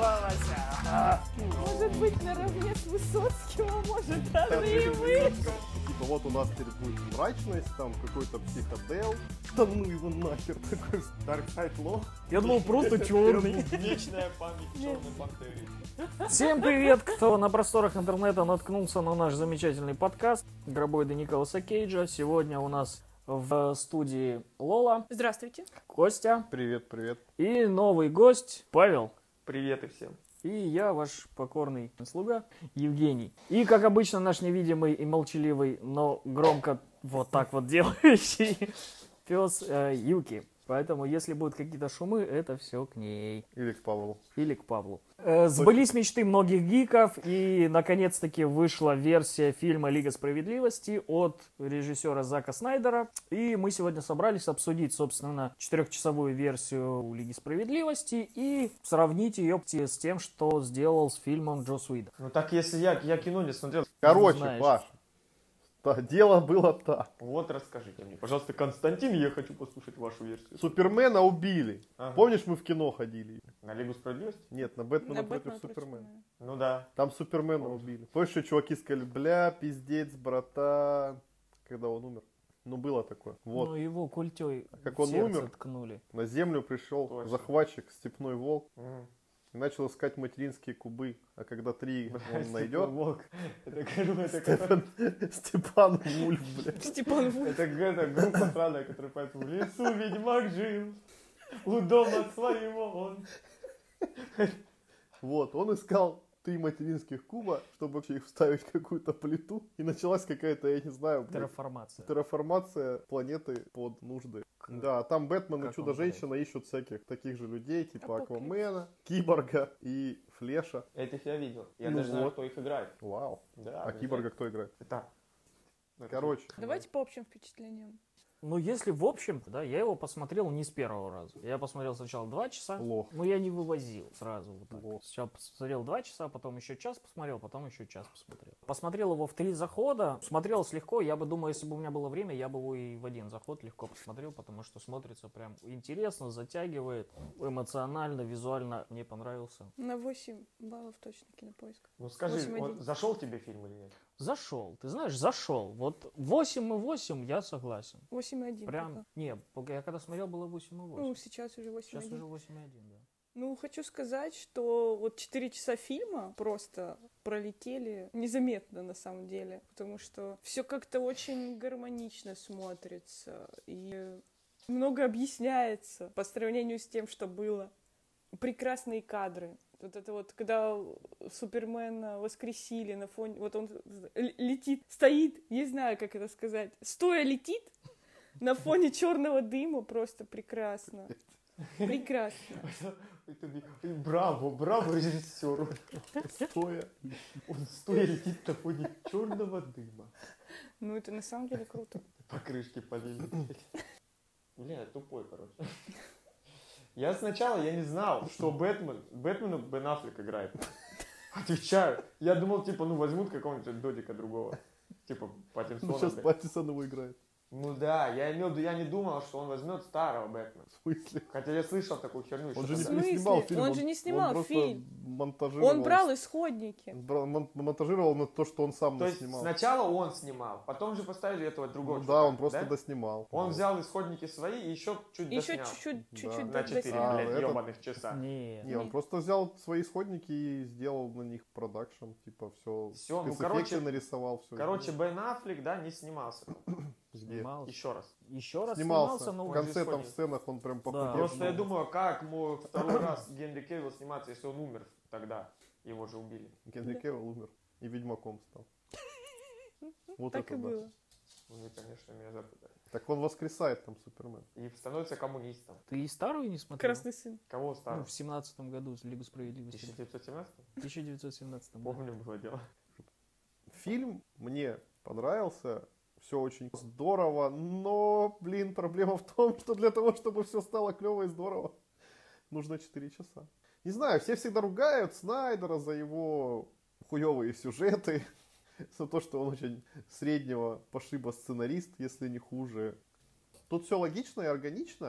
Вася. Может быть, наравне с Высоцким, а может даже и выше. Типа вот у нас теперь будет мрачность, там какой-то психодел. Да ну его нахер, такой Dark Side Law. Я думал, просто черный. Вечная память черной пантеры. Всем привет, кто на просторах интернета наткнулся на наш замечательный подкаст «Гробоиды Николаса Кейджа». Сегодня у нас в студии Лола, Здравствуйте. Костя Привет, привет. и новый гость Павел. Привет и всем. И я, ваш покорный слуга, Евгений. И, как обычно, наш невидимый и молчаливый, но громко вот так вот делающий пес Юки. Поэтому, если будут какие-то шумы, это все к ней. Или к Павлу. Или к Павлу. Сбылись мечты многих гиков, и, наконец-таки, вышла версия фильма «Лига справедливости» от режиссера Зака Снайдера. И мы сегодня собрались обсудить, собственно, 4-часовую версию «Лиги справедливости» и сравнить ее с тем, что сделал с фильмом Джосс Уидон. Ну так если я кино не смотрел, Короче, знаешь. Паш, дело было так. вот расскажите мне. Пожалуйста, Константин, я хочу послушать вашу версию. Супермена убили. Ага. Помнишь, мы в кино ходили? На Лигу справедливости? Нет, на Бэтмена На против Бэтмена Супермена. Ну да. Там Супермена убили. Помнишь, что чуваки сказали, бля, пиздец, братан, когда он умер? Ну, было такое. Вот. Ну, его культей как в он сердце умер? ткнули. На землю пришел Точно. захватчик, степной волк, Мгм. и начал искать материнские кубы. А когда 3 он Степан найдет, Волк. Это Степан Вульф, бля. Степан Вульф. это группа странная, которая поет: в лесу ведьмак жил, у дома своего он. Вот, он искал 3 материнских куба, чтобы вообще их вставить в какую-то плиту. И началась какая-то, я не знаю, блядь, Терраформация. терраформация планеты под нужды. Да, там Бэтмен и Как он, Чудо-женщина ищут всяких таких же людей, типа Апокалипсис. Аквамена, Киборга и Флеша. Этих я видел. Я Ну даже знаю, вот. кто их играет. Вау. Да, А Киборга кто играет? Это. Короче, Давайте по общим впечатлениям. Ну, если в общем, да, я его посмотрел не с первого раза. Я посмотрел сначала 2 часа, Лох. но я не вывозил сразу. Вот так. Лох. Сначала посмотрел 2 часа, потом еще час посмотрел, потом еще час посмотрел. Посмотрел его в 3 захода, смотрелось легко. Я бы думаю, если бы у меня было время, я бы его и в 1 заход легко посмотрел, потому что смотрится прям интересно, затягивает, эмоционально, визуально. Мне понравился. На 8 баллов точно Кинопоиск. Ну скажи, 8-1. вот зашел тебе фильм или нет? Зашел, ты знаешь, зашел. Вот 8,8 я согласен. 8,1 Прям, пока. не, я когда смотрел, было 8,8. Ну, сейчас уже 8,1. Сейчас уже 8,1, да. Ну, хочу сказать, что вот 4 часа фильма просто пролетели незаметно на самом деле, потому что все как-то очень гармонично смотрится и много объясняется по сравнению с тем, что было. Прекрасные кадры. Вот это вот, когда Супермена воскресили на фоне... Вот он летит, стоит, не знаю, как это сказать, стоя летит на фоне черного дыма, просто прекрасно. Прекрасно. Браво режиссеру. стоя. Он стоя летит на фоне черного дыма. Ну, это на самом деле круто. По крышке полили. Бля, я тупой, короче. Я сначала не знал, что Бэтмена Бен Аффлек играет. Отвечаю. Я думал, типа, возьмут какого-нибудь додика другого. Типа, Паттинсона. Ну, сейчас блядь. Паттинсон его играет. Ну да, я не думал, что он возьмет старого Бэтмена. В смысле? Хотя я слышал такую херню еще Он же тогда. В смысле? не снимал фильм. Он же не снимал он просто фильм. монтажировал. Он брал исходники. Монтажировал на то, что он сам То есть снимал. сначала он снимал, потом же поставили этого другого Ну да, чувака, он просто да? доснимал. Он взял исходники свои и еще чуть Еще доснял. чуть-чуть На 4, А, блядь, этот- ебаных часа. Не, Не, он просто взял свои исходники и сделал на них продакшн, типа все, Всё, ну, спецэффекты короче- нарисовал, все. Короче, Бен Аффлек, да, не снимался. снимался. Еще раз. Еще раз снимался. снимался, но в он конце же там в исходник. сценах он прям похудел. Просто я думаю, как мог второй раз Генри Кевилл сниматься, если он умер тогда? Его же убили. Генри Кевилл умер и Ведьмаком стал. Вот Так это и да. было. Вы, конечно, меня запутали. Так он воскресает там Супермен. И становится коммунистом. Ты и старую не смотрел? Красный сын. Кого Ну, старый? в 17-м году с Лигу В справедливости. 1917? 1917 да. Помню, было дело. Фильм мне понравился. Все очень здорово, но, блин, проблема в том, что для того, чтобы все стало клево и здорово, нужно 4 часа. Не знаю, все всегда ругают Снайдера за его хуевые сюжеты, за то, что он очень среднего пошиба сценарист, если не хуже. Тут все логично и органично,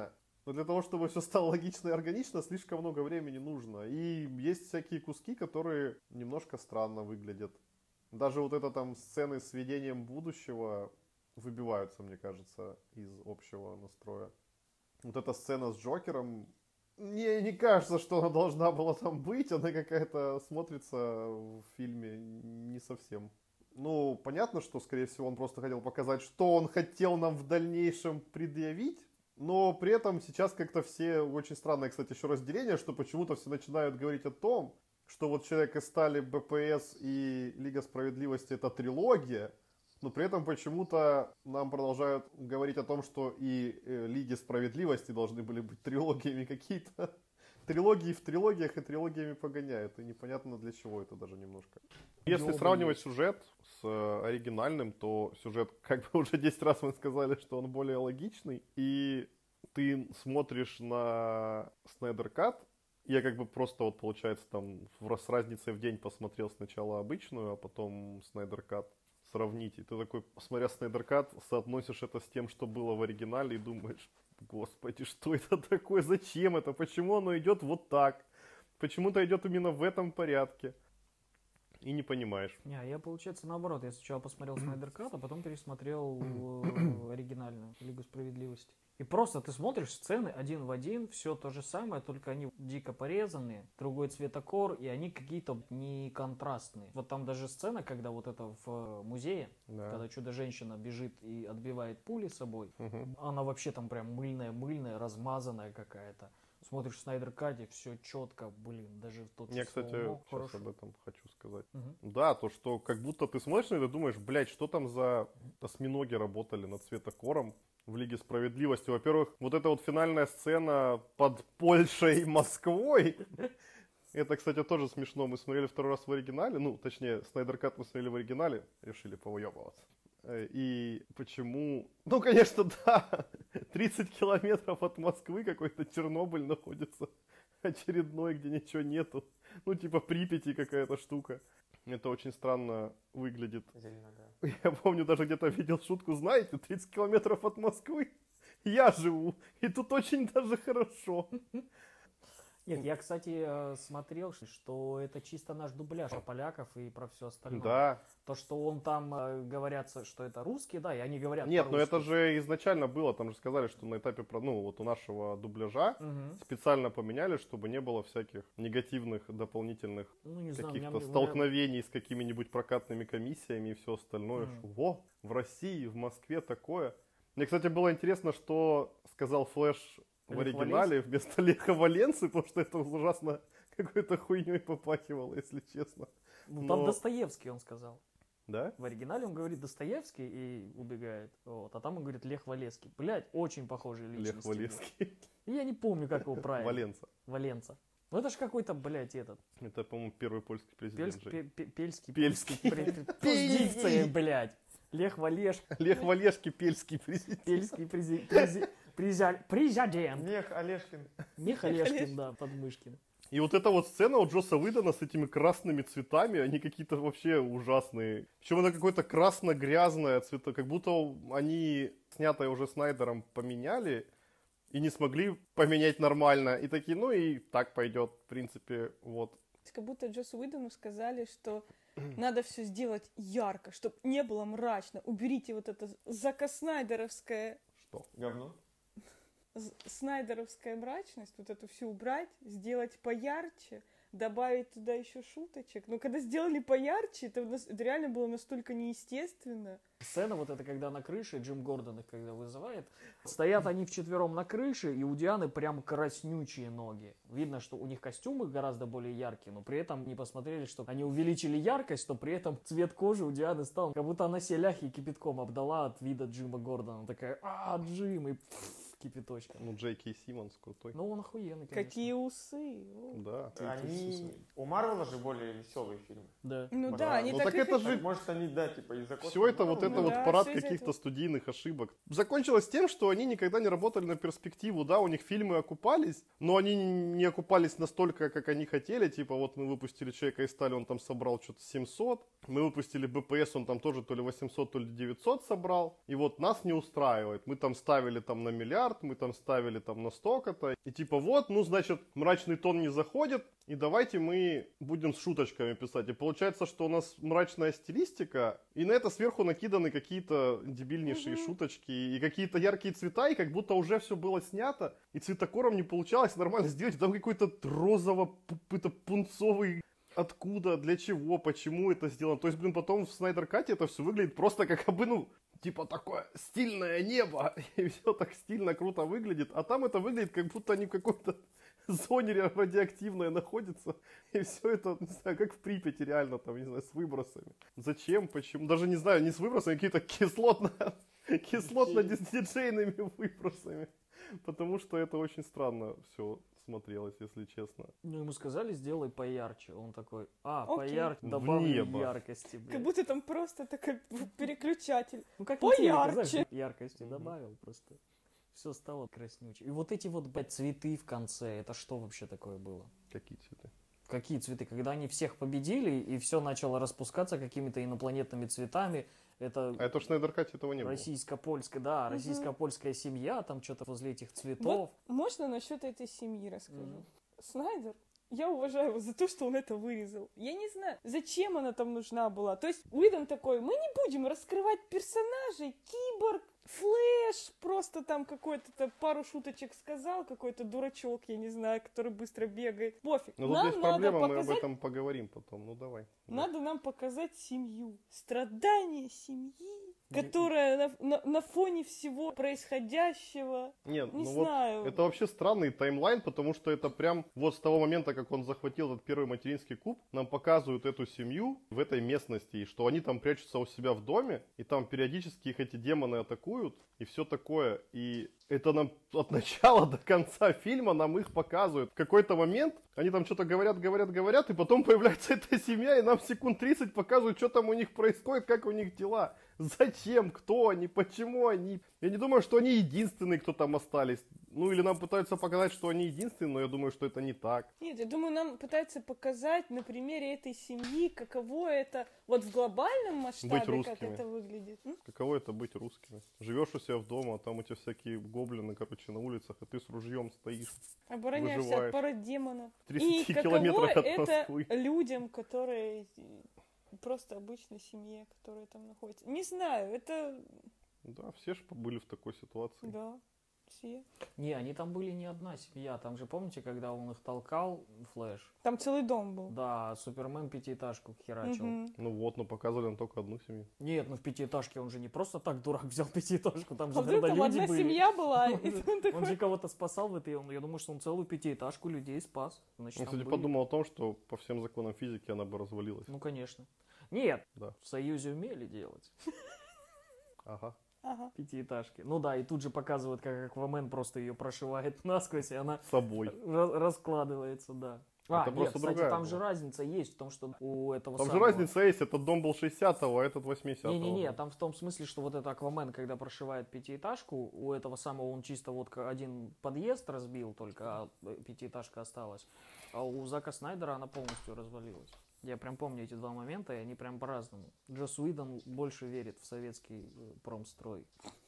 Но для того, чтобы все стало логично и органично, слишком много времени нужно. И есть всякие куски, которые немножко странно выглядят. Даже вот это там сцены с видением будущего выбиваются, мне кажется, из общего настроя. Вот эта сцена с Джокером, мне не кажется, что она должна была там быть. Она какая-то смотрится в фильме не совсем. Ну, понятно, что, скорее всего, он просто хотел показать, что он хотел нам в дальнейшем предъявить. Но при этом сейчас как-то все, очень странное, кстати, еще разделение, что почему-то все начинают говорить о том, что вот «Человек из стали», БПС и «Лига справедливости» — это трилогия, но при этом почему-то нам продолжают говорить о том, что и «Лиги справедливости» должны были быть трилогиями какие-то. Трилогии в трилогиях и трилогиями погоняют, и непонятно для чего это даже немножко. Если сравнивать сюжет с оригинальным, то сюжет, как бы уже 10 раз мы сказали, что он более логичный, и ты смотришь на Снайдер Кат. Я как бы просто вот, получается, там с разницей в день посмотрел сначала обычную, а потом Снайдер Кат сравнить. И ты такой, смотря Снайдер Кат, соотносишь это с тем, что было в оригинале, и думаешь, господи, что это такое, зачем это, почему оно идет вот так, почему-то идет именно в этом порядке. И не понимаешь. Не, я, получается, наоборот. Я сначала посмотрел Снайдер Кат, а потом пересмотрел оригинальную Лигу справедливости. И просто ты смотришь сцены один в один, все то же самое, только они дико порезанные, другой цветокор, и они какие-то не контрастные. Вот там даже сцена, когда вот это в музее, Да. когда Чудо-женщина бежит и отбивает пули собой, она вообще там прям мыльная, размазанная какая-то. Смотришь в Снайдер Кате, все четко, блин, даже тот же Я, кстати, слоумо сейчас хорошо. об этом хочу сказать. Мгм. Да, то, что как будто ты смотришь на это и думаешь, блядь, что там за осьминоги работали над цветокором в Лиге справедливости. Во-первых, вот эта вот финальная сцена под Польшей и Москвой. Это, кстати, тоже смешно. Мы смотрели второй раз в оригинале. Ну, точнее, Снайдер Кат мы смотрели в оригинале. Решили повыебываться. И почему... Ну, конечно, да. 30 километров от Москвы какой-то Чернобыль находится. Очередной, где ничего нету. Ну, типа Припяти какая-то штука. Это очень странно выглядит. Зеленоград. Я помню, даже где-то видел шутку, знаете, 30 километров от Москвы я живу. И тут очень даже хорошо. Нет, я, кстати, смотрел, что это чисто наш дубляж про поляков и про все остальное. Да. То, что он там говорят, что это русские, да, и они говорят Нет, но по-русски. это же изначально было, там же сказали, что на этапе, ну, вот у нашего дубляжа специально поменяли, чтобы не было всяких негативных дополнительных Ну, не знаю, каких-то у меня- столкновений с какими-нибудь прокатными комиссиями и все остальное. Что, во, в России, в Москве такое. Мне, кстати, было интересно, что сказал Флэш в Лех оригинале вместо Леха Валенсы, потому что это ужасно какой-то хуйней попахивало, если честно. Ну, там но- Достоевский, он сказал. Да? В оригинале он говорит Достоевский и убегает. Вот, а там он говорит Лех Валевский. Блядь, очень похожие личности. Лех Валевский. И я не помню, как его правильно. Валенца. Валенца. Ну, это ж какой-то, блядь, этот. Это, по-моему, первый польский президент. Жень. Пельский. Пельский. С дикцией, блядь. Лех Валешка. Лех Валешки, пельский президент. Пельский президент. Мех Олешкин. Не Халешкин, да, Подмышкин. И вот эта вот сцена у Джосса Уидона с этими красными цветами, они какие-то вообще ужасные. Причем она какое-то красно-грязное цвета, как будто они, снятое уже Снайдером, поменяли и не смогли поменять нормально. И такие, ну и так пойдет, в принципе, вот. Как будто Джоссу Уидону сказали, что надо все сделать ярко, чтобы не было мрачно. Уберите вот это закоснайдеровское Что? Говно. снайдеровская мрачность, вот эту всю убрать, сделать поярче, добавить туда еще шуточек. Но когда сделали поярче, это реально было настолько неестественно. Сцена вот эта, когда на крыше, Джим Гордон их когда вызывает, стоят они вчетвером на крыше, и у Дианы прям краснючие ноги. Видно, что у них костюмы гораздо более яркие, но при этом не посмотрели, что они увеличили яркость, но при этом цвет кожи у Дианы стал, как будто она селяхи кипятком обдала от вида Джима Гордона. Такая, Джим, и кипяточка. Ну, Джей Кей Симмонс крутой. Ну, он охуенный, конечно. Какие усы. О. Да. Они... У Марвела же более веселые фильмы. Да. Ну Да, да, они ну так так и это хотят. же- Так, может, они, да, типа из-за Все это вот Ну да, парад всё из-за каких-то этого. студийных ошибок. Закончилось тем, что они никогда не работали на перспективу, да, у них фильмы окупались, но они не окупались настолько, как они хотели, типа вот мы выпустили «Человека из стали», он там собрал что-то 700, мы выпустили БПС, он там тоже то ли 800, то ли 900 собрал, и вот нас не устраивает, мы там ставили там на 1 миллиард, мы там ставили там на столько-то. И типа вот, ну значит, мрачный тон не заходит, и давайте мы будем с шуточками писать. И получается, что у нас мрачная стилистика, и на это сверху накиданы какие-то дебильнейшие шуточки, и какие-то яркие цвета, и как будто уже все было снято, и цветокором не получалось нормально сделать. Там какой-то розово-пунцовый... Откуда, для чего, почему это сделано. То есть, блин, потом в Снайдер Кате это все выглядит просто как бы, ну, типа такое стильное небо. И все так стильно, круто выглядит. А там это выглядит, как будто они в какой-то зоне радиоактивной находятся. И все это, не знаю, как в Припяти реально, там, не знаю, с выбросами. Зачем, почему? Даже не знаю, не с выбросами, а какие-то кислотно-диджейными выбросами. Потому что это очень странно все смотрелось, если честно. Ну, ему сказали, сделай поярче. Он такой, Окей. поярче, В добавлю небо. яркости, блядь. Как будто там просто такой переключатель. Ну, как Поярче. на телек, знаешь, яркости добавил просто. Все стало краснюче. И вот эти вот, блядь, цветы в конце, это что вообще такое было? Какие цветы? Какие цветы? Когда они всех победили, и все начало распускаться какими-то инопланетными цветами. Это А это в Снайдер Кате этого не было. российско-польская, да, российско-польская семья, там что-то возле этих цветов. Вот можно насчет этой семьи расскажу? Снайдер, я уважаю его за то, что он это вырезал. Я не знаю, зачем она там нужна была. То есть Уидон такой, мы не будем раскрывать персонажей, Киборг, Флэш, просто там какой-то пару шуточек сказал, какой-то дурачок, я не знаю, который быстро бегает. Пофиг. Но тут Нам есть надо проблема, мы об показать, этом поговорим потом. Ну давай. надо нам показать семью. Страдания семьи, которая на фоне всего происходящего. Нет, Не ну вот знаю. это вообще странный таймлайн, потому что это прям вот с того момента, как он захватил этот первый материнский куб, нам показывают эту семью в этой местности, и что они там прячутся у себя в доме, и там периодически их эти демоны атакуют, и все такое. И это нам от начала до конца фильма нам их показывают. В какой-то момент они там что-то говорят, и потом появляется эта семья, и нам секунд 30 показывают, что там у них происходит, как у них дела. Зачем, кто они, почему они. Я не думаю, что они единственные, кто там остались. Ну, или нам пытаются показать, что они единственные, но я думаю, что это не так. Нет, я думаю, нам пытаются показать на примере этой семьи, каково это вот в глобальном масштабе, Быть русскими. как это выглядит. Каково это быть русскими? Живешь у себя в дома, а там эти всякие гоблины, короче, на улицах, а ты с ружьем стоишь. Обороняешься Выживаешь. от парадемонов. В 30 И каково километрах от это Москвы. людям, которые просто обычной семье, которая там находится. Не знаю, это... Да, все же были в такой ситуации. Да, все. Не, они там были не одна семья. Там же, помните, когда он их толкал, Флэш? Там целый дом был. Да, Супермен пятиэтажку херачил. Мгм. Ну вот, но показывали нам только одну семью. Нет, ну в пятиэтажке он же не просто так дурак взял пятиэтажку, там же, А вдруг наверное, там люди одна были. семья была, и он Он такой... же кого-то спасал в этой, я думаю, что он целую пятиэтажку людей спас. Значит, Он, там кстати, были. подумал о том, что по всем законам физики она бы развалилась. Ну, конечно. Нет, Да. в Союзе умели делать Ага. Ага. пятиэтажки. Ну да, и тут же показывают, как Аквамен просто ее прошивает насквозь, и она С собой. раскладывается, да. Это Нет, просто кстати, другая там была. же разница есть в том, что у этого Там же самого... разница есть, этот дом был 60-го, а этот 80-го. Не-не-не, там в том смысле, что вот этот Аквамен, когда прошивает пятиэтажку, у этого самого он чисто вот один подъезд разбил только, а пятиэтажка осталась. А у Зака Снайдера она полностью развалилась. Я прям помню эти два момента, и они прям по-разному. Джосс Уидон больше верит в советский промстрой.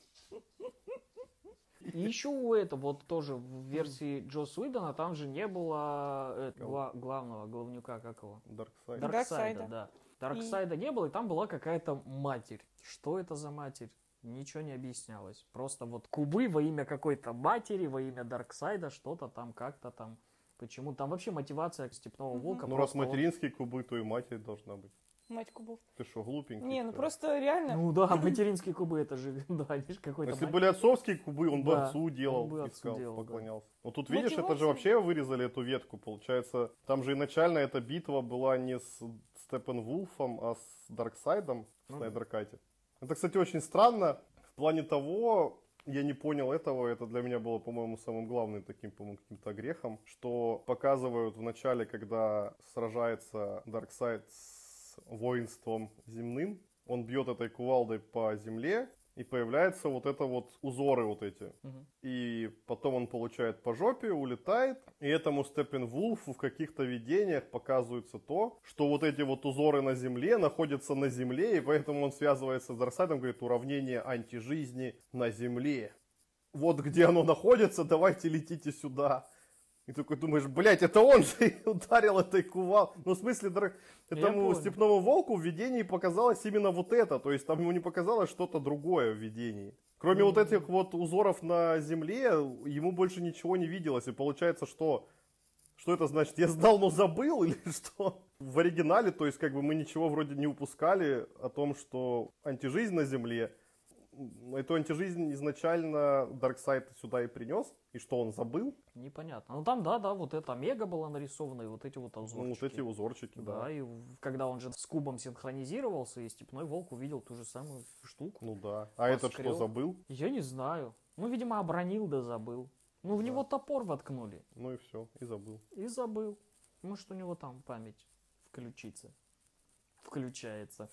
И еще у этого, вот тоже в версии Джосс Уидона, там же не было главного, главнюка, как его? Дарксайд. Дарксайда. Да. Дарксайда не было, и там была какая-то матерь. Что это за матерь? Ничего не объяснялось. Просто вот кубы во имя какой-то матери, во имя Дарксайда, что-то там, как-то там. Почему? Там вообще мотивация Степного Волка. Ну раз просто вот- материнские кубы, то и матерь должна быть. Мать кубов. Ты что, глупенький? Не, ну что ли? просто реально... Ну да, материнские кубы, это же, да, видишь, какой-то... Если мать- были отцовские кубы, он бы Да, отцу делал, он бы отцу искал, делал, да. поклонялся. Но тут, видишь, это же Мотивация. вообще вырезали эту ветку, получается. Там же изначально эта битва была не с Степпенвулфом, а с Дарксайдом в Снайдер-кате. Это, кстати, очень странно в плане того... Я не понял этого, это для меня было, по-моему, самым главным таким, по-моему, каким-то грехом, что показывают в начале, когда сражается Дарксайд с воинством земным, он бьет этой кувалдой по земле, и появляются вот это вот узоры вот эти. И потом он получает по жопе, улетает, и этому Степпенвулфу в каких-то видениях показывается то, что вот эти вот узоры на земле находятся на земле, и поэтому он связывается с Дарксайдом, говорит, уравнение антижизни на земле. вот где оно находится, давайте летите сюда. И такой думаешь, блядь, это он же ударил этой кувалдой. Ну, в смысле, этому понял. степному волку в видении показалось именно вот это. То есть там ему не показалось что-то другое в видении. Кроме вот этих вот узоров на земле, ему больше ничего не виделось. И получается, что это значит? Я знал, но забыл или что? В оригинале, то есть как бы мы ничего вроде не упускали о том, что антижизнь на земле. Эту антижизнь изначально Дарксайд сюда и принес, и что он забыл. Непонятно. Ну там, да, вот эта омега была нарисована, и вот эти вот узорчики. Ну, вот эти узорчики, да. Да, и когда он же с кубом синхронизировался, и степной волк увидел ту же самую штуку. Ну да. А этот что, Поскрел. забыл? Я не знаю. Ну, видимо, обронил да забыл. Ну, в него топор воткнули. Ну и все, и забыл. И забыл. Может, у него там память включается.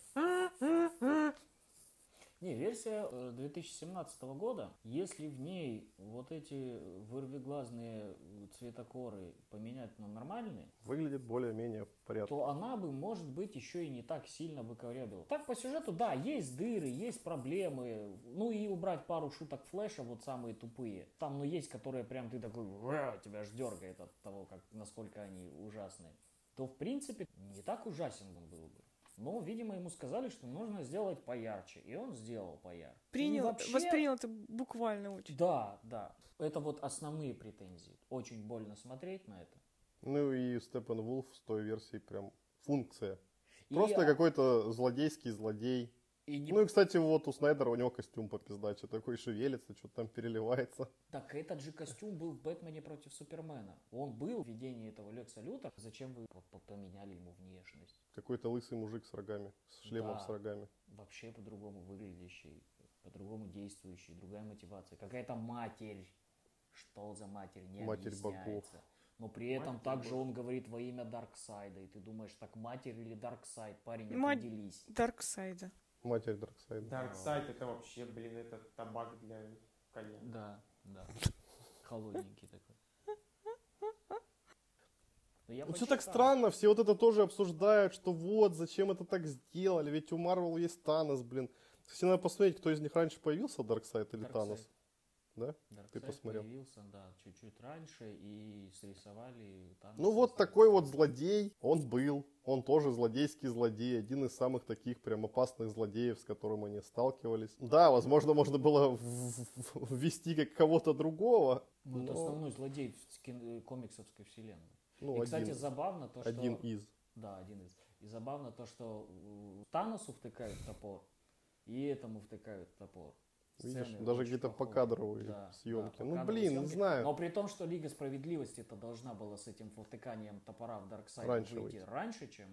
Не, версия 2017 года, если в ней вот эти вырвиглазные цветокоры поменять на нормальные, Выглядит более-менее в порядке. то она бы, может быть, еще и не так сильно бы коврябила. Так, по сюжету, да, есть дыры, есть проблемы. Ну и убрать пару шуток Флэша, вот самые тупые. Там, ну, есть, которые прям ты такой, тебя аж дергает от того, насколько они ужасные. То, в принципе, не так ужасен он был бы. Но, видимо, ему сказали, что нужно сделать поярче. И он сделал поярче. И вообще- Воспринял это буквально очень. Да, да. Это вот основные претензии. Очень больно смотреть на это. Ну и Степенвулф с той версии прям функция. И- Просто какой-то злодейский злодей. И не- Ну и, кстати, вот у Снайдера у него костюм по пиздаче. Такой шевелится, что-то там переливается. Так этот же костюм был в «Бэтмене против Супермена». Он был в видении этого Лекса Лютера. Зачем вы поменяли ему внешность? Какой-то лысый мужик с рогами, с шлемом Да. с рогами. Вообще по-другому выглядящий, по-другому действующий, другая мотивация. Какая-то матерь. Что за матерь? Не Матерь объясняется. богов. Но при этом также он говорит во имя Дарксайда. И ты думаешь, так матерь или Дарксайд? Парень, Мать определись. Дарксайда. Матерь Дарксайда. Дарксайд это вообще, блин, это табак для коня. Да, да. Холодненький такой. Но я Все так почитал. странно, все вот это тоже обсуждают, что вот, зачем это так сделали, ведь у Марвел есть Танос, блин. Кстати, надо посмотреть, кто из них раньше появился, Дарксайд или Дарксайд. Танос. Да? Дарксайд посмотрел? появился, да, чуть-чуть раньше и срисовали там. Ну вот такой вот злодей, он был. Он тоже злодейский злодей, один из самых таких прям опасных злодеев, с которым они сталкивались. Да, возможно, можно было ввести как кого-то другого. Ну, это но- основной злодей комиксовской вселенной. Ну, И, кстати, один. забавно то, что... Один из. Да, один из. И забавно то, что Таносу втыкают топор, и этому втыкают топор. Видишь, Сцены даже очень где-то похожие. покадровые Да, съемки. да, Ну, покадровые блин, не съемки. знаю. Но при том, что Лига Справедливости-то должна была с этим втыканием топора в Дарксайд Раньше выйти выйти. раньше, чем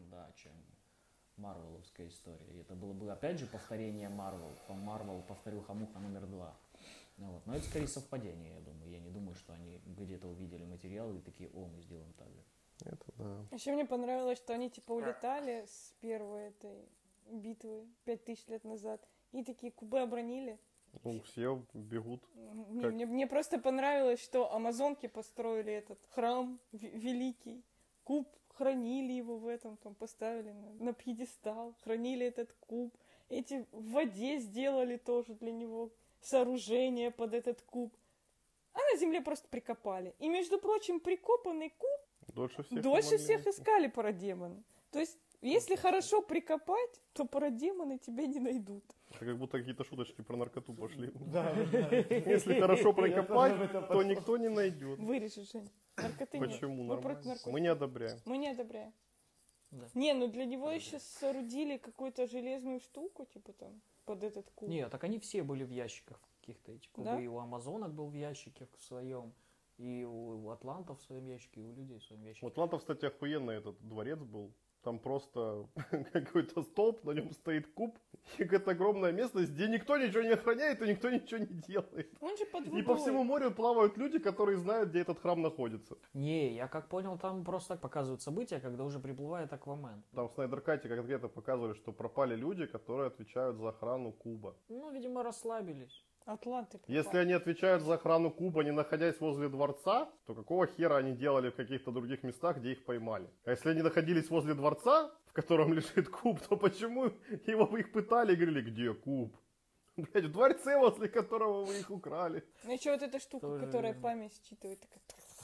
Марвеловская история. И это было бы, опять же, повторение Марвел. По Марвел повторил Хамуха номер 2. Ну, вот. Но это скорее совпадение, я думаю. Я не думаю, что они где-то увидели материалы и такие, о, мы сделаем так же. Это да. Еще мне понравилось, что они типа улетали с первой этой битвы 5000 лет назад. И такие кубы обронили. Ну, все бегут. Не, мне просто понравилось, что амазонки построили этот храм великий. Куб, хранили его в этом, там поставили на пьедестал, хранили этот куб. Эти в воде сделали тоже для него сооружение под этот куб. А на земле просто прикопали. И, между прочим, прикопанный куб Дольше всех. дольше не всех могли искали парадемоны. То есть, если хорошо прикопать, то парадемоны тебя не найдут. Это как будто какие-то шуточки про наркоту пошли. Да, Если хорошо прикопать, то никто не найдет. Вырежи, Жень. Наркоты нет. Почему? Мы против Нормально. наркотиков. Мы не одобряем. Мы не одобряем. Да. Не, ну для него еще соорудили какую-то железную штуку, типа там, под этот куб. Нет, так они все были в ящиках каких-то этих кубы. Да? И у Амазонок был в ящике в своем, и у Атлантов в своем ящике, и у людей в своем ящике. У Атлантов, кстати, охуенный этот дворец был. Там просто какой-то столб, на нем стоит куб, и какая-то огромная местность, где никто ничего не охраняет и никто ничего не делает. Он же под И водой. по всему морю плавают люди, которые знают, где этот храм находится. Не, я как понял, там просто так показывают события, когда уже приплывает Аквамен. Там в Снайдеркате конкретно показывали, что пропали люди, которые отвечают за охрану куба. Ну, видимо, расслабились. Атланты. пропали. Если они отвечают за охрану куба, не находясь возле дворца, то какого хера они делали в каких-то других местах, где их поймали? А если они находились возле дворца, в котором лежит куб, то почему их пытали и говорили, где куб? Блядь, в дворце, возле которого вы их украли. Ну еще вот эта штука, Тоже которая верно. память считывает. Такая...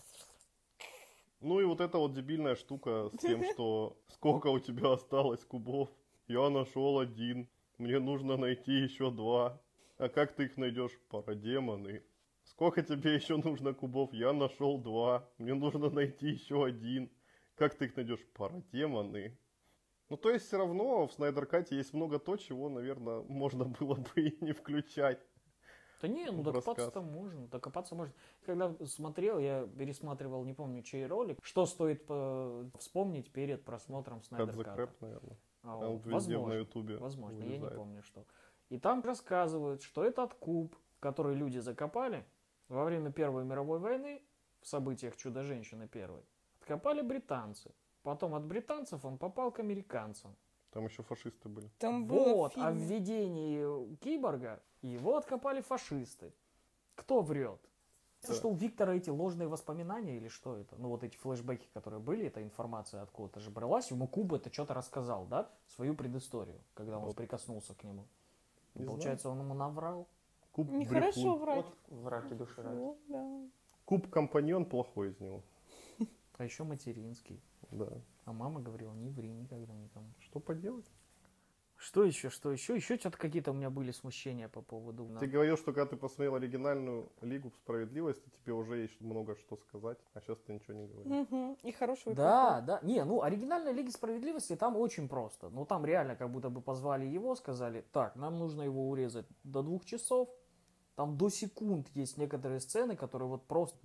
Ну и вот эта вот дебильная штука с тем, что сколько у тебя осталось кубов. Я нашел 1. Мне нужно найти еще 2. А как ты их найдешь? Парадемоны. Сколько тебе еще нужно кубов? Я нашел 2. Мне нужно найти еще 1. Как ты их найдешь? Парадемоны. Ну, то есть, все равно в Снайдер-кате есть много то, чего, наверное, можно было бы и не включать. Да не, ну в докопаться-то рассказ. можно, докопаться можно. Когда смотрел, я пересматривал, не помню, чей ролик, что стоит вспомнить перед просмотром Cut the Снайдер-ката. Crap, наверное. А, Он вот, везде на возможно, Ютубе возможно, я не вылезает. помню что. И там рассказывают, что этот куб, который люди закопали во время Первой мировой войны, в событиях Чудо-женщины первой, откопали британцы. Потом от британцев он попал к американцам. Там еще фашисты были. Там было в Вот, а в фильме. введении киборга его откопали фашисты. Кто врет? Да. Что у Виктора эти ложные воспоминания или что это? Ну вот эти флешбеки, которые были, эта информация откуда-то же бралась. Ему Куб это что-то рассказал, да? Свою предысторию, когда он Вот. прикоснулся к нему. И Не получается, он ему наврал. Куб Нехорошо брехун. врать. Вот в раке души рай. Вот, да. Куб-компаньон плохой из него. А еще материнский. Да. А мама говорила, не ври никогда никому. Что поделать? Что еще, что еще? Еще что-то какие-то у меня были смущения по поводу... Ты говорил, что когда ты посмотрел оригинальную Лигу Справедливости, тебе уже есть много что сказать, а сейчас ты ничего не говоришь. Мгм. И хорошего и Да, плохого. да. Не, ну оригинальная Лига Справедливости там очень просто. Ну там реально как будто бы позвали его, сказали, так, нам нужно его урезать до 2 часов. Там до секунд есть некоторые сцены, которые вот просто,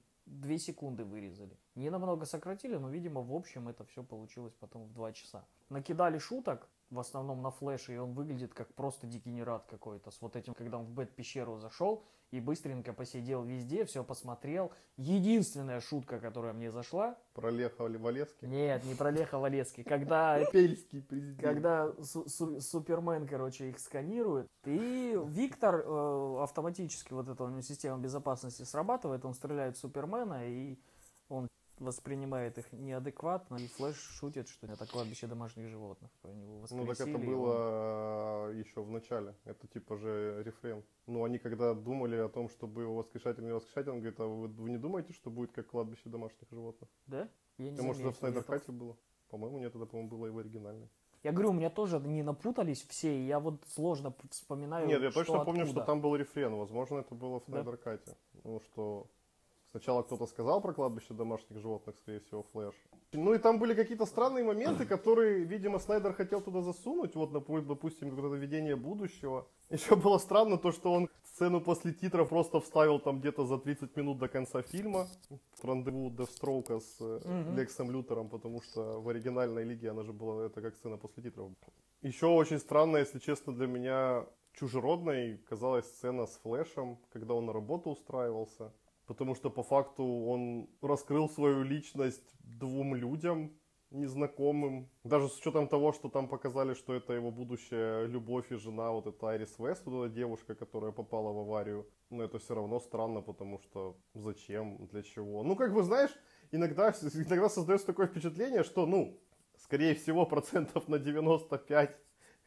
2 секунды вырезали. Не намного сократили, но, видимо, в общем это все получилось потом в 2 часа. Накидали шуток, в основном на флеше, и он выглядит как просто дегенерат какой-то. С вот этим, когда он в Бэт-пещеру зашел и быстренько посидел везде, все посмотрел. Единственная шутка, которая мне зашла... Про Леха Валевский? Нет, не про Леха Валевский. Когда Пельский президент. когда Супермен, короче, их сканирует, и Виктор автоматически, вот эта у него система безопасности срабатывает, он стреляет в Супермена, и он воспринимает их неадекватно, и Флэш шутит, что это кладбище домашних животных. Про него Ну так это воскресили, и он- было еще в начале. Это типа же рефрен. Ну они когда думали о том, чтобы его воскрешать или не воскрешать, он говорит, а вы не думаете, что будет как кладбище домашних животных? Да? Я не А может это в заметил, я Снайдер-кате только- было? По-моему, нет, это, по-моему, было и в оригинальной. Я говорю, у меня тоже не напутались все, и я вот сложно вспоминаю, Нет, я что точно помню, откуда. что там был рефрен. Возможно, это было в Да? Снайдер-кате. Ну, что сначала кто-то сказал про кладбище домашних животных, скорее всего, Флэш. Ну и там были какие-то странные моменты, которые, видимо, Снайдер хотел туда засунуть. Вот, допустим, какое-то видение будущего. Еще было странно то, что он сцену после титров просто вставил там где-то за 30 минут до конца фильма. Рандеву Девстроука с Лексом Лютером, потому что в оригинальной лиге она же была, это как сцена после титров. Еще очень странно, если честно, для меня чужеродной казалась сцена с Флэшем, когда он на работу устраивался. Потому что по факту он раскрыл свою личность 2 людям незнакомым. Даже с учетом того, что там показали, что это его будущая любовь и жена, вот эта Айрис Вест, вот эта девушка, которая попала в аварию. Но это все равно странно, потому что зачем, для чего? Ну, как бы, знаешь, иногда создается такое впечатление, что, ну, скорее всего, процентов на 95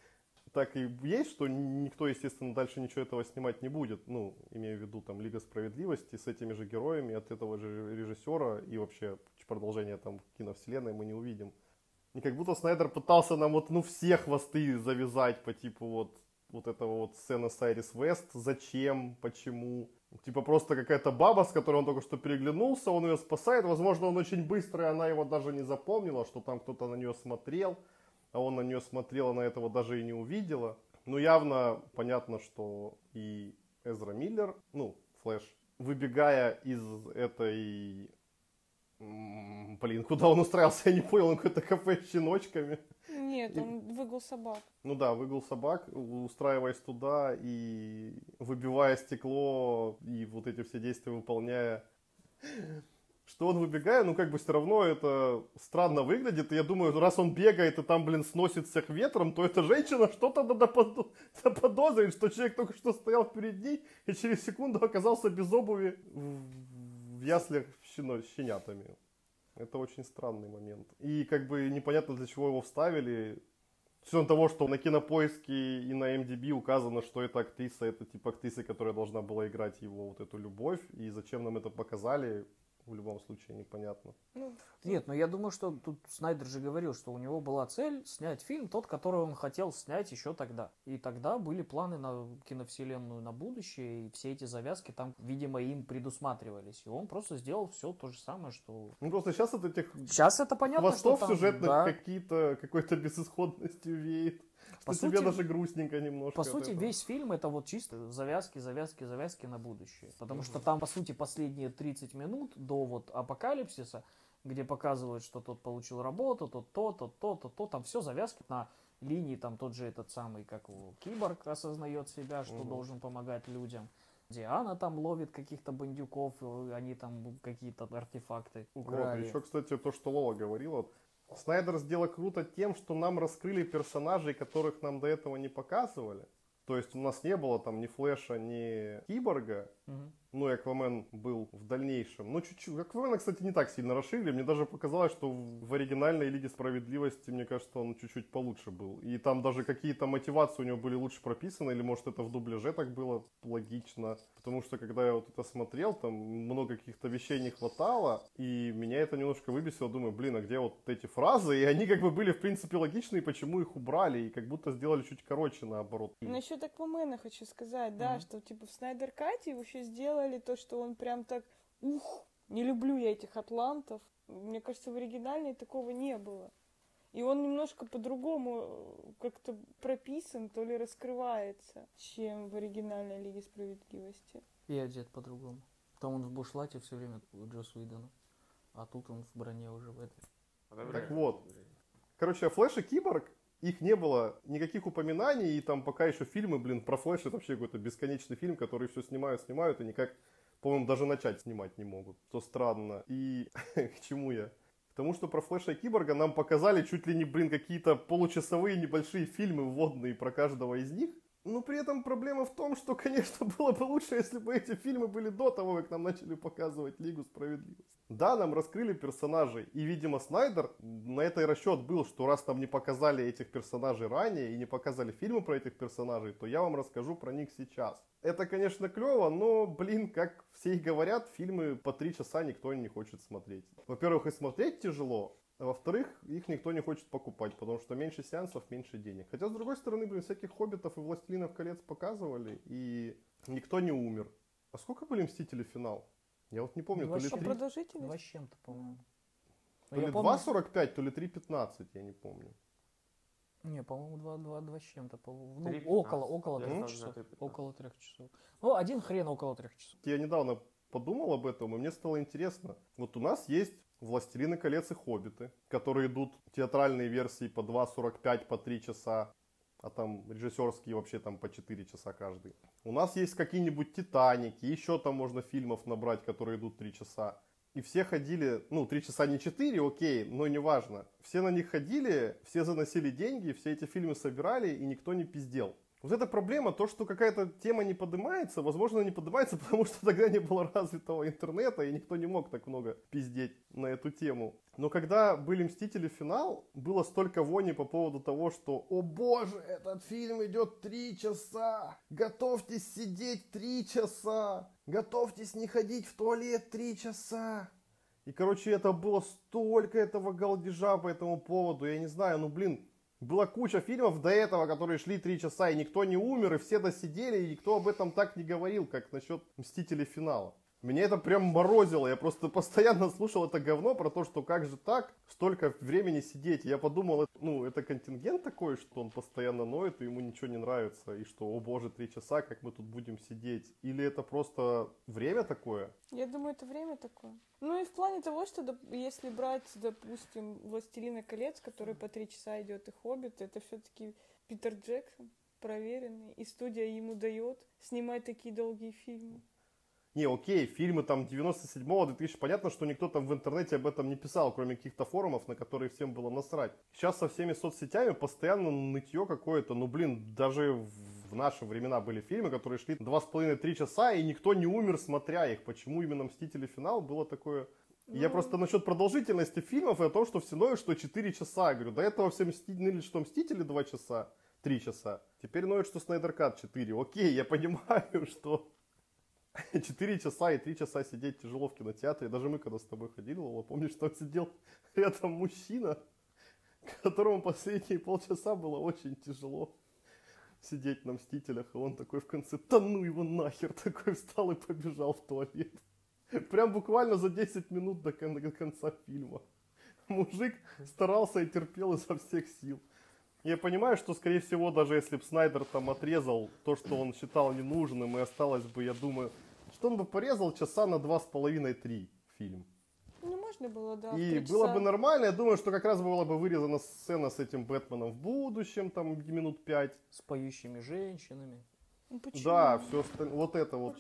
так и есть, что никто, естественно, дальше ничего этого снимать не будет. Ну, имею в виду там Лига Справедливости с этими же героями от этого же режиссера, и вообще продолжение там киновселенной мы не увидим. И как будто Снайдер пытался нам вот, ну, все хвосты завязать по типу вот этого вот сцены с Айрис Вест. Зачем? Почему? Типа просто какая-то баба, с которой он только что переглянулся, он ее спасает. Возможно, он очень быстрый, она его даже не запомнила, что там кто-то на нее смотрел. А он на нее смотрел, она этого даже и не увидела. Ну, явно понятно, что и Эзра Миллер, ну, Флэш, выбегая из этой... Блин, куда он устраивался, я не понял, он какое-то кафе с щеночками. Нет, он выгул собак. Ну да, выгул собак, устраиваясь туда и выбивая стекло, и вот эти все действия выполняя. Что он выбегает, ну как бы все равно это странно выглядит. И я думаю, раз он бегает и там, блин, сносит всех ветром, то эта женщина что-то заподозрит, что человек только что стоял перед ней и через секунду оказался без обуви в яслях щенятами. Это очень странный момент. И как бы непонятно, для чего его вставили. С учетом того, что на Кинопоиске и на MDB указано, что эта актриса, это типа актриса, которая должна была играть его вот эту любовь, и зачем нам это показали, в любом случае непонятно. Ну, Нет, но я думаю, что тут Снайдер же говорил, что у него была цель снять фильм, тот, который он хотел снять еще тогда. И тогда были планы на киновселенную на будущее, и все эти завязки там, видимо, им предусматривались. И он просто сделал все то же самое, что... Ну просто сейчас от этих Сейчас это понятно, хвостов что там, сюжетных да, какой-то безысходностью веет. По Что тебе сути- даже грустненько немножко. по от сути, этого. весь фильм это вот чисто завязки, завязки, завязки на будущее. Потому что там, по сути, последние 30 минут до вот апокалипсиса, где показывают, что тот получил работу, тот то, тот то, тот то, там все завязки на линии, там тот же этот самый, как его, киборг осознает себя, что должен помогать людям. Диана там ловит каких-то бандюков, они там какие-то артефакты украли. Вот, еще, кстати, то, что Лола говорила. Снайдер сделал круто тем, что нам раскрыли персонажей, которых нам до этого не показывали. То есть у нас не было там ни Флэша, ни Киборга. Мгм. Ну и Аквамен был в дальнейшем. Ну, чуть-чуть. Аквамена, кстати, не так сильно расширили. Мне даже показалось, что в оригинальной Лиге Справедливости, мне кажется, он чуть-чуть получше был. И там даже какие-то мотивации у него были лучше прописаны. Или, может, это в дубляже так было логично. Потому что, когда я вот это смотрел, там много каких-то вещей не хватало. И меня это немножко выбесило. Думаю, блин, а где вот эти фразы? И они как бы были, в принципе, логичны. И почему их убрали? И как будто сделали чуть короче, наоборот. насчет Аквамена хочу сказать, да, что типа в Снайдер Кате вообще сделали то, что он прям так, не люблю я этих атлантов. Мне кажется, в оригинальной такого не было. И он немножко по-другому как-то прописан, то ли раскрывается, чем в оригинальной Лиге Справедливости. И одет по-другому. Там он в бушлате все время у Джосс Уидона. А тут он в броне уже в этой. Так вот. Короче, Флэш и Киборг, их не было никаких упоминаний, и там пока еще фильмы, блин, про Флэш это вообще какой-то бесконечный фильм, который все снимают, и никак, по-моему, даже начать снимать не могут, что странно. И к чему я? К тому, что про Флэша и Киборга нам показали чуть ли не, блин, какие-то получасовые небольшие фильмы вводные про каждого из них. Но при этом проблема в том, что, конечно, было бы лучше, если бы эти фильмы были до того, как нам начали показывать Лигу Справедливости. Да, нам раскрыли персонажей, и, видимо, Снайдер на это и расчет был, что раз нам не показали этих персонажей ранее и не показали фильмы про этих персонажей, то я вам расскажу про них сейчас. Это, конечно, клево, но, блин, как все и говорят, фильмы по 3 часа никто не хочет смотреть. Во-первых, и смотреть тяжело, а во-вторых, их никто не хочет покупать, потому что меньше сеансов, меньше денег. Хотя, с другой стороны, блин, всяких Хоббитов и Властелинов колец показывали, и никто не умер. А сколько были Мстители финал? Я вот не помню, то ли Вообще, А 3, продолжительность? Два с чем-то, по-моему. то Я ли помню- 2.45, то ли 3.15, я не помню. Не, по-моему, два с чем-то. Ну, 3:15. около Я 3 знаю, часов. 3:15. Около 3 часов. Ну, один хрен около 3 часов. Я недавно подумал об этом, и мне стало интересно. Вот у нас есть «Властелины колец» и «Хоббиты», которые идут театральные версии по 2.45, по 3 часа, а там режиссерские вообще там по 4 часа каждый. У нас есть какие-нибудь «Титаники», еще там можно фильмов набрать, которые идут 3 часа. И все ходили, 3 часа не 4, окей, но неважно. Все на них ходили, все заносили деньги, все эти фильмы собирали, и никто не пиздел. Вот эта проблема, то, что какая-то тема не поднимается, возможно, не поднимается, потому что тогда не было развитого интернета, и никто не мог так много пиздеть на эту тему. Но когда были «Мстители. Финал», было столько вони по поводу того, что «О боже, этот фильм идет 3 часа! Готовьтесь сидеть 3 часа! Готовьтесь не ходить в туалет 3 часа!» И, короче, это было столько этого галдежа по этому поводу, я не знаю, была куча фильмов до этого, которые шли 3 часа, и никто не умер, и все досидели, и никто об этом так не говорил, как насчет «Мстителей. Финала». Меня это прям морозило, я просто постоянно слушал это говно про то, что как же так, столько времени сидеть. Я подумал, это контингент такой, что он постоянно ноет, и ему ничего не нравится, и что, о боже, 3 часа, как мы тут будем сидеть. Или это просто время такое? Я думаю, это время такое. Ну и в плане того, что если брать, допустим, «Властелина колец», который по 3 часа идет, и «Хоббит», это все-таки Питер Джексон, проверенный, и студия ему дает снимать такие долгие фильмы. Не, окей, фильмы там 97-го, 2000, понятно, что никто там в интернете об этом не писал, кроме каких-то форумов, на которые всем было насрать. Сейчас со всеми соцсетями постоянно нытье какое-то, даже в наши времена были фильмы, которые шли 2,5-3 часа, и никто не умер, смотря их. Почему именно «Мстители. Финал» было такое И я просто насчет продолжительности фильмов и о том, что все ноют, что 4 часа. Я говорю, до этого все ныли, что Мстители 2 часа, 3 часа. Теперь ноют, что Снайдер Кат 4. Окей, я понимаю, что 4 часа и 3 часа сидеть тяжело в кинотеатре. Даже мы, когда с тобой ходили, Лола, помнишь, там сидел рядом мужчина, которому последние полчаса было очень тяжело сидеть на Мстителях. И он такой в конце, да ну его нахер, такой встал и побежал в туалет. Прям буквально за 10 минут до конца фильма. Мужик старался и терпел изо всех сил. Я понимаю, что, скорее всего, даже если бы Снайдер там отрезал то, что он считал ненужным, и осталось бы, я думаю, что он бы порезал часа на 2,5-3 фильм. Ну, можно было, да. И было бы нормально. Я думаю, что как раз была бы вырезана сцена с этим Бэтменом в будущем, там минут 5. С поющими женщинами. Ну, почему? Да, все остальное. Вот это вот.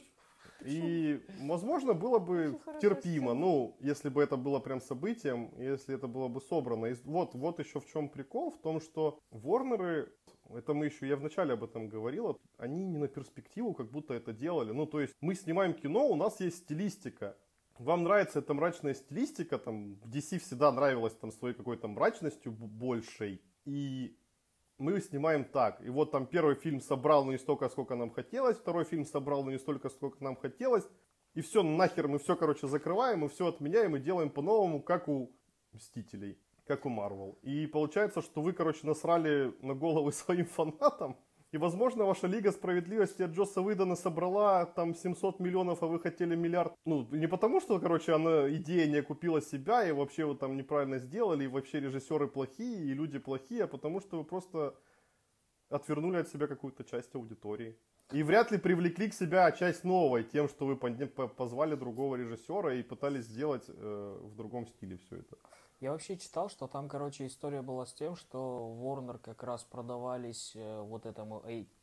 И, возможно, было бы терпимо, ну, если бы это было прям событием, если это было бы собрано. И вот еще в чем прикол, в том, что Ворнеры, это мы еще, я вначале об этом говорил, они не на перспективу как будто это делали. Ну, то есть мы снимаем кино, у нас есть стилистика. Вам нравится эта мрачная стилистика, там, в DC всегда нравилась там своей какой-то мрачностью большей. И мы снимаем так. И вот там первый фильм собрал, но не столько, сколько нам хотелось. Второй фильм собрал, но не столько, сколько нам хотелось. И все, нахер мы все, короче, закрываем, и все отменяем, и делаем по-новому, как у Мстителей, как у Марвел. И получается, что вы, короче, насрали на головы своим фанатам. И, возможно, ваша Лига Справедливости от Джосса Уидона собрала там 700 миллионов, а вы хотели миллиард. Ну, не потому, что, короче, идея не окупила себя, и вообще вы там неправильно сделали, и вообще режиссеры плохие, и люди плохие, а потому что вы просто отвернули от себя какую-то часть аудитории. И вряд ли привлекли к себя часть новой тем, что вы позвали другого режиссера и пытались сделать в другом стиле все это. Я вообще читал, что там, короче, история была с тем, что Warner как раз продавались вот этому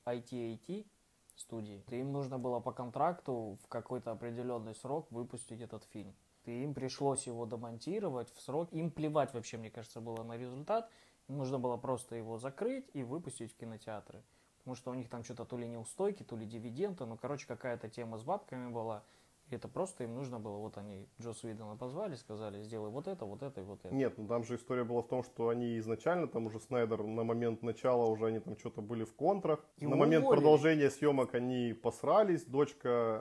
IT студии. И им нужно было по контракту в какой-то определенный срок выпустить этот фильм. И им пришлось его домонтировать в срок. Им плевать вообще, мне кажется, было на результат. Им нужно было просто его закрыть и выпустить в кинотеатры. Потому что у них там что-то то ли неустойки, то ли дивиденды. Ну, короче, какая-то тема с бабками была. И это просто им нужно было, вот они Джосса Уидона позвали, сказали, сделай вот это и вот это. Нет, ну там же история была в том, что они изначально, там уже Снайдер на момент начала уже они там что-то были в контрах. И на момент уволили. продолжения съемок они посрались, дочка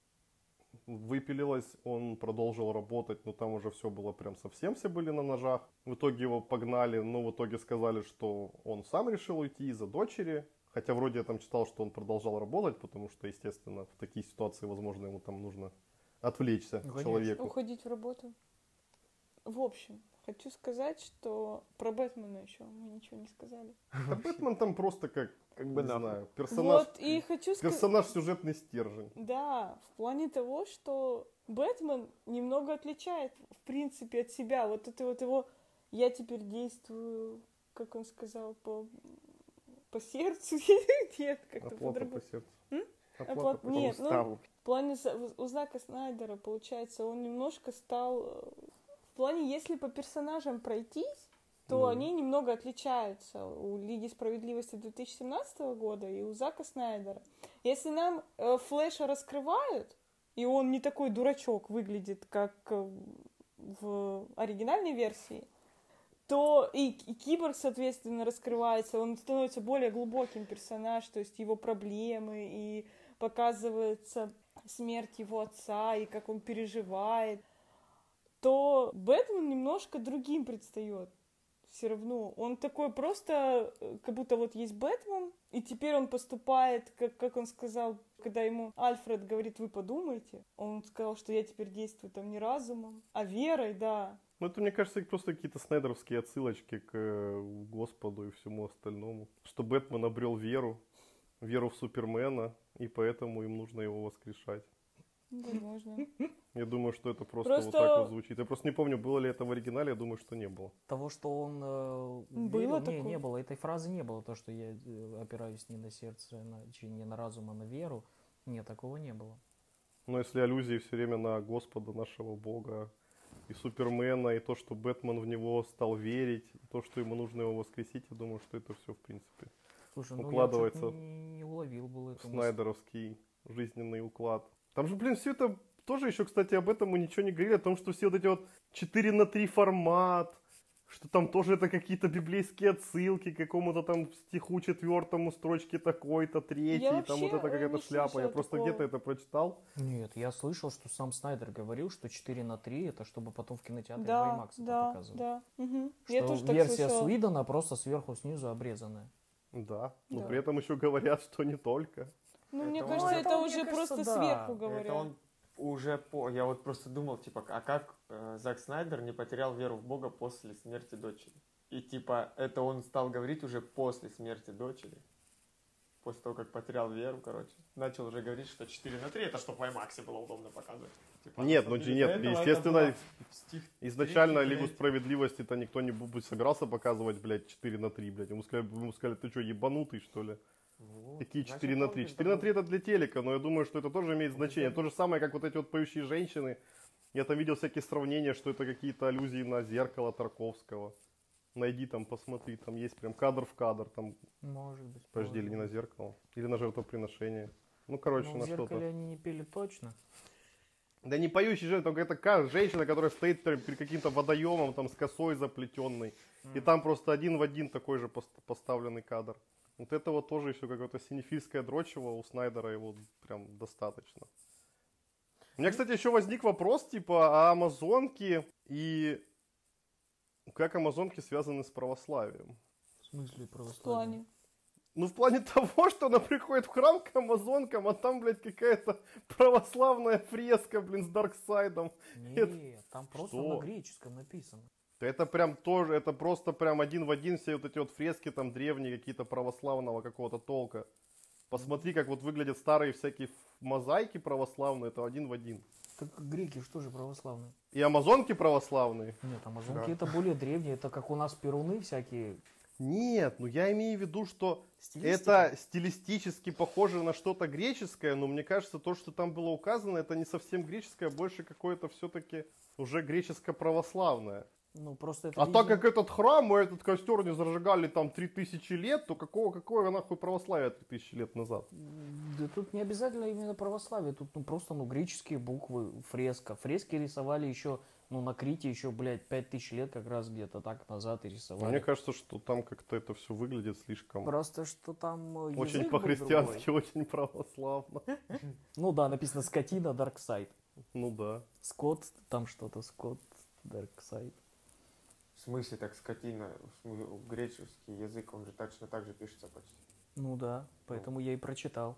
выпилилась, он продолжил работать, но там уже все было прям совсем все были на ножах. В итоге его погнали, но в итоге сказали, что он сам решил уйти из-за дочери. Хотя вроде я там читал, что он продолжал работать, потому что, естественно, в такие ситуации, возможно, ему там нужно отвлечься человеку. Уходить в работу. В общем, хочу сказать, что про Бэтмена еще мы ничего не сказали. А Бэтмен там просто как бы не нахуй. знаю, персонаж, Вот, и хочу сказать... персонаж сюжетный стержень. Да, в плане того, что Бэтмен немного отличает, в принципе, от себя. Вот это вот его «я теперь действую», как он сказал, по сердцу. Нет, как-то Оплата по-другому. по сердцу. Оплата- Оплата по Нет, уставу. в плане у Зака Снайдера, получается, он немножко стал... В плане, если по персонажам пройтись, то Ну. они немного отличаются у Лиги Справедливости 2017 года и у Зака Снайдера. Если нам Флэша раскрывают, и он не такой дурачок выглядит, как в оригинальной версии, то и Киборг, соответственно, раскрывается, он становится более глубоким персонаж, то есть его проблемы, и показывается смерть его отца, и как он переживает, то Бэтмен немножко другим предстает. Все равно. Он такой просто, как будто вот есть Бэтмен, и теперь он поступает, как он сказал, когда ему Альфред говорит, вы подумайте. Он сказал, что я теперь действую там не разумом, а верой, да. Ну, это, мне кажется, просто какие-то снайдеровские отсылочки к Господу и всему остальному. Что Бэтмен обрел веру в Супермена, и поэтому им нужно его воскрешать. Возможно. Я думаю, что это просто вот так вот звучит. Я просто не помню, было ли это в оригинале, я думаю, что не было. Того, что он Было верил, такое? не было. Этой фразы не было, то, что я опираюсь не на сердце, не на разум, а на веру. Нет, такого не было. Но если аллюзии все время на Господа, нашего Бога, и Супермена, и то, что Бэтмен в него стал верить, и то, что ему нужно его воскресить, я думаю, что это все, в принципе, Слушай, ну укладывается я чуть не уловил был в это. снайдеровский жизненный уклад. Там же, блин, все это тоже еще, кстати, об этом мы ничего не говорили, о том, что все вот эти вот 4:3 формат, что там тоже это какие-то библейские отсылки к какому-то там стиху 4, строчке такой-то, 3, Я и там вообще вот это какая-то не шляпа. Я слышала просто такого. где-то это прочитал. Нет, я слышал, что сам Снайдер говорил, что 4:3 это чтобы потом в кинотеатре Да, IMAX это да, показывать. да. Мгм. Что Я тоже так версия слышала. Суидона просто сверху снизу обрезанная. Да, но Да. при этом еще говорят, что не только. Ну, Это мне он- кажется, Ну, это это, уже мне кажется, просто да. сверху Это говорят. он уже Я вот просто думал, типа, а как Зак Снайдер не потерял веру в Бога после смерти дочери? И типа, это он стал говорить уже после смерти дочери. После того, как потерял веру, короче. Начал уже говорить, что 4:3 это чтобы в IMAX было удобно показывать. Типа, Нет, на ну самом деле, нет, до этого это естественно, было стих изначально 3, Лигу блядь. Справедливости-то никто не собирался показывать, блядь, 4:3, блядь. Ему сказали, ты что, ебанутый, что ли? Вот, Какие значит, 4:3? он 4:3 это для телека, но я думаю, что это тоже имеет значение. Обязательно. То же самое, как вот эти вот поющие женщины. Я там видел всякие сравнения, что это какие-то аллюзии на зеркало Тарковского. Найди там, посмотри, там есть прям кадр в кадр, там, Может быть. подожди, или не на зеркало, или на жертвоприношение. Ну, короче, Ну, на в зеркале что-то. они не пели точно. Да не поющий женщина, там какая-то женщина, которая стоит перед каким-то водоемом, там, с косой заплетенной. И там просто один в один такой же поставленный кадр. Вот это вот тоже еще какое-то синефильское дрочево у Снайдера, его прям достаточно. У меня, кстати, еще возник вопрос, типа, а амазонки и как амазонки связаны с православием? В смысле В православие? плане. Ну, в плане того, что она приходит в храм к амазонкам, а там, блядь, какая-то православная фреска, блин, с Дарксайдом. Нет, там просто Что? на греческом написано. Это прям тоже, это просто прям один в один все вот эти вот фрески там древние, какие-то православного какого-то толка. Посмотри, как вот выглядят старые всякие мозаики православные, это один в один. Так греки что же православные? И амазонки православные. Нет, амазонки Да. это более древние, это как у нас перуны всякие. Нет, ну я имею в виду, что Стилистика? это стилистически похоже на что-то греческое, но мне кажется, то, что там было указано, это не совсем греческое, а больше какое-то все-таки уже греческо-православное. Ну, просто это, А так видимо, как этот храм и этот костер не зажигали там 3000 лет, то какое нахуй православие 3000 лет назад? Да тут не обязательно именно православие, тут просто, греческие буквы, фреска. Фрески рисовали еще, на Крите еще, блядь, 5000 лет как раз где-то так назад и рисовали. Мне кажется, что там как-то это все выглядит слишком... Просто что там язык Очень был по-христиански, другой. очень православно. Ну да, написано скотина, Дарксайд. Ну да. Скот, там что-то, Скот, Дарксайд. В смысле так скотина? Греческий язык, он же точно так же пишется почти. Ну да, поэтому я и прочитал.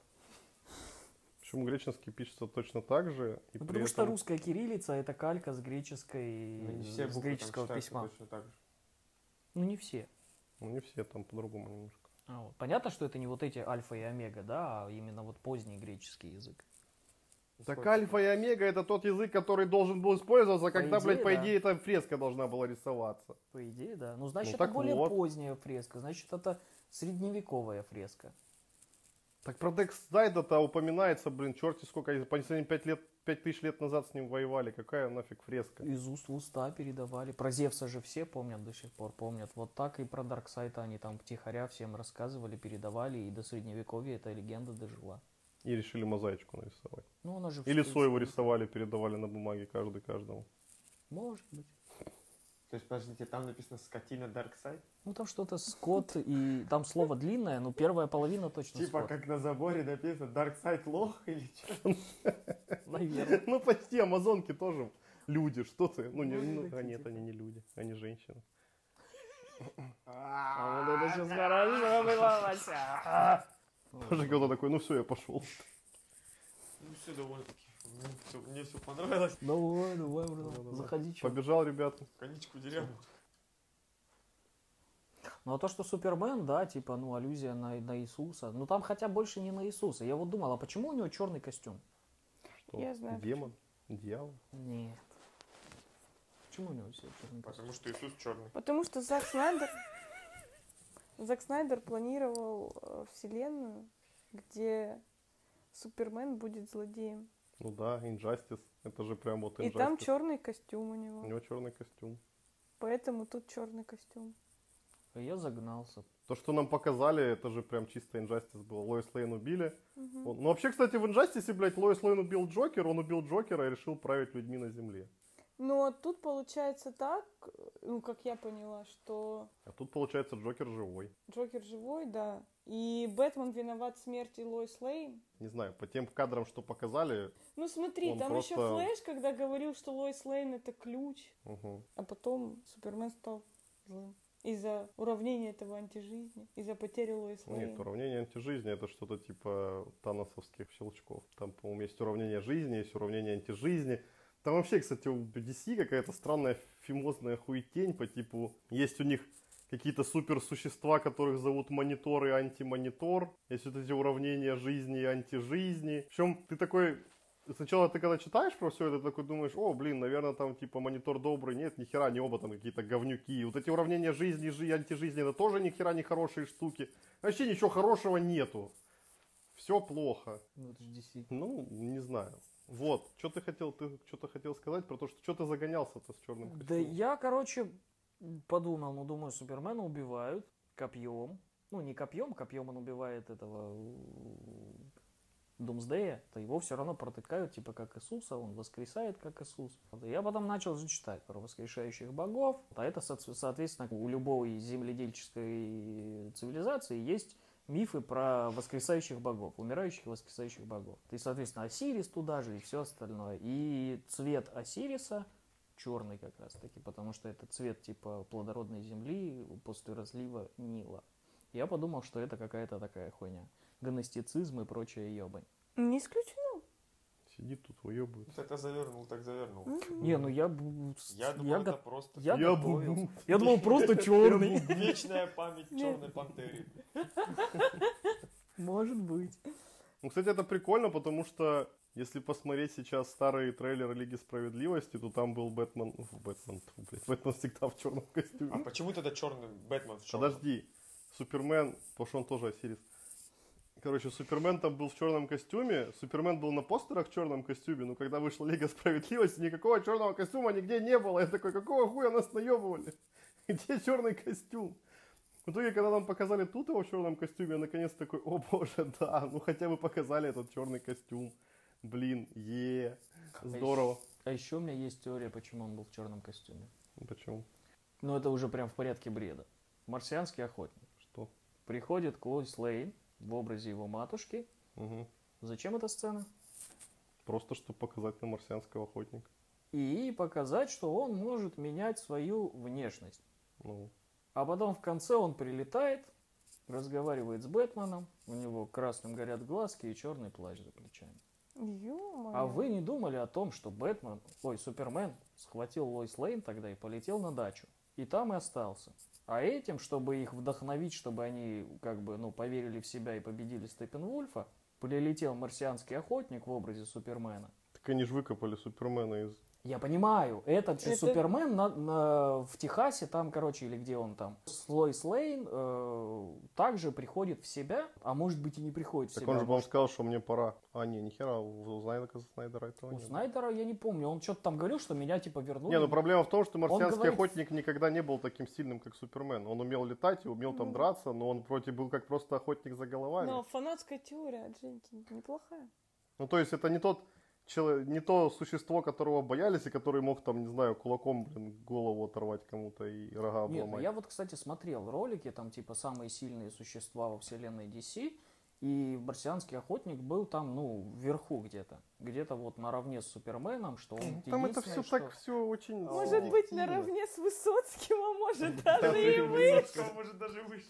Почему греческий пишется точно так же, и при Потому что этом... русская кириллица это калька с греческой, Ну, не все с буквы греческого там читаются письма. точно так же. Ну не все. Ну не все, там по-другому немножко. Вот. Понятно, что это не вот эти альфа и омега, да, а именно вот поздний греческий язык. Так Сколько? альфа и омега это тот язык, который должен был использоваться, когда, идее, блядь, по да. идее, эта фреска должна была рисоваться. По идее, да. Ну, значит, Ну, это так более вот. поздняя фреска, значит, это средневековая фреска. Так про Дарксайда-то упоминается, блин, черти сколько, они 5000 лет назад с ним воевали, какая нафиг фреска? Из уст в уста передавали. Про Зевса же все помнят, до сих пор помнят. Вот так и про Дарксайда они там втихаря всем рассказывали, передавали, и до средневековья эта легенда дожила. И решили мозаичку нарисовать. Ну, она же... Или в Соеву принципе, рисовали, передавали на бумаге каждый каждому. Может быть. То есть, подождите, там написано скотина Dark Side? Ну, там что-то скот, и там слово длинное, но первая половина точно Типа, скот. как на заборе написано Dark Side лох или что? Наверное. Ну почти, амазонки тоже люди, что ты? Ну, Люди такие, нет, типа. они не люди, они женщины. А вот это сейчас хорошо было, Вася. Тоже кто-то такой, ну все, я пошел. Ну, все довольно-таки. Мне все понравилось. Давай, братан, заходи, чё. Побежал, ребята. Конечку деревню. Ну, а то, что Супермен, да, типа, аллюзия на Иисуса. Ну, там хотя больше не на Иисуса. Я вот думал, а почему у него черный костюм? Что? Я знаю, Демон? Дьявол? Нет. Почему у него все черный костюм? Потому что Иисус черный. Потому что Зак Снайдер планировал вселенную, где Супермен будет злодеем. Ну да, Injustice. Это же прям вот И Injustice. там черный костюм у У него. него черный костюм. Поэтому тут черный костюм. А я загнался. То, что нам показали, это же прям чисто Injustice было. Лоис Лейн убили. Ну, вообще, кстати, в Injustice, блядь, Лоис Лейн убил Джокер, он убил Джокера и решил править людьми на земле. Но тут получается так, ну, как я поняла, что А тут, получается, Джокер живой. Джокер живой, да, и Бэтмен виноват в смерти Лоис Лейн. Не знаю, по тем кадрам, что показали. Ну смотри, Он там просто- еще Флэш, когда говорил, что Лоис Лейн это ключ, Угу. а потом Супермен стал злым. Из-за уравнения этого антижизни, из-за потери Лоис Лейн. Нет, уравнение антижизни это что-то типа таносовских щелчков. Там, по-моему, есть уравнение жизни, есть уравнение антижизни. Там вообще, кстати, у DC какая-то странная фимозная хуетень по типу... Есть у них какие-то суперсущества, которых зовут монитор и антимонитор. Есть вот эти уравнения жизни и антижизни. Причем ты такой... Сначала ты когда читаешь про все это, ты такой думаешь, о, блин, наверное, там типа монитор добрый. Нет, ни хера, не оба там какие-то говнюки. Вот эти уравнения жизни и антижизни, это тоже ни хера не хорошие штуки. Вообще ничего хорошего нету. Все плохо. Ну, это же DC. Ну, не знаю. Вот, что ты что-то хотел сказать про то, что ты загонялся-то с черным Да костюмом. я, короче, подумал, ну, думаю, Супермена убивают копьем. Ну, не копьем, копьем он убивает этого Думсдея, то его все равно протыкают, типа как Иисуса, он воскресает как Иисус. Я потом начал же читать про воскрешающих богов, а это, соответственно, у любой земледельческой цивилизации есть мифы про воскресающих богов, умирающих и воскресающих богов. И, соответственно, Осирис туда же и все остальное. И цвет Осириса черный как раз таки, потому что это цвет типа плодородной земли после разлива Нила. Я подумал, что это какая-то такая хуйня. Гностицизм и прочая ебань. Не исключено. Сидит тут, уебывает. Это завернул, так завернул. Не, ну я... Я думал, это просто Я Я готовился. бу- Я думал, просто черный. вечная память черной пантеры. Может быть. Ну, кстати, это прикольно, потому что если посмотреть сейчас старые трейлеры Лиги Справедливости, то там был Бэтмен... Бэтмен всегда в черном А костюме. почему тогда черный Бэтмен в черном? Подожди. Супермен, потому что он тоже Осирис. Короче, Супермен там был в черном костюме. Супермен был на постерах в черном костюме, но когда вышла Лига Справедливости, никакого черного костюма нигде не было. Я такой, какого хуя нас наебывали? Где черный костюм? В итоге, когда нам показали тут его в черном костюме, я наконец такой, о боже, да, ну хотя бы показали этот черный костюм. Блин, здорово. А еще у меня есть теория, почему он был в черном костюме. Почему? Но это уже прям в порядке бреда. Марсианский охотник. Что? Приходит к Лоис Лейн в образе его матушки. Угу. Зачем эта сцена? Просто, чтобы показать на марсианского охотника. И показать, что он может менять свою внешность. Ну, А потом в конце он прилетает, разговаривает с Бэтменом, у него красным горят глазки и черный плащ за плечами. Ё-моё. А вы не думали о том, что Супермен схватил Лоис Лейн тогда и полетел на дачу? И там и остался. А этим, чтобы их вдохновить, чтобы они как бы, ну, поверили в себя и победили Степенвульфа, прилетел марсианский охотник в образе Супермена. так они же выкопали Супермена из... Я понимаю, этот же Это- Супермен в Техасе, там, короче, или где он там, с Лоис Лейн также приходит в себя, а может быть и не приходит в Так себя. он же, а по-моему, может, сказал, что мне пора. А, не, нихера, у Снайдера этого у нет. Снайдера я не помню, он что-то там говорил, что меня типа вернули. Не, ну проблема в том, что марсианский говорит- охотник никогда не был таким сильным, как Супермен. Он умел летать и умел там драться, но он вроде был как просто охотник за головами. Но фанатская теория от Женьки неплохая. Ну, то есть это не не то существо, которого боялись, и который мог там, не знаю, кулаком, блин, голову оторвать кому-то и рога Нет, ну обломать. я вот, кстати, смотрел ролики, там типа самые сильные существа во вселенной DC, и марсианский охотник был там, ну, вверху где-то. Где-то вот наравне с Суперменом, что он Там это все единственное, так, все очень... Может быть, субъективно. наравне с Высоцким, а может даже и выше. Может даже выше.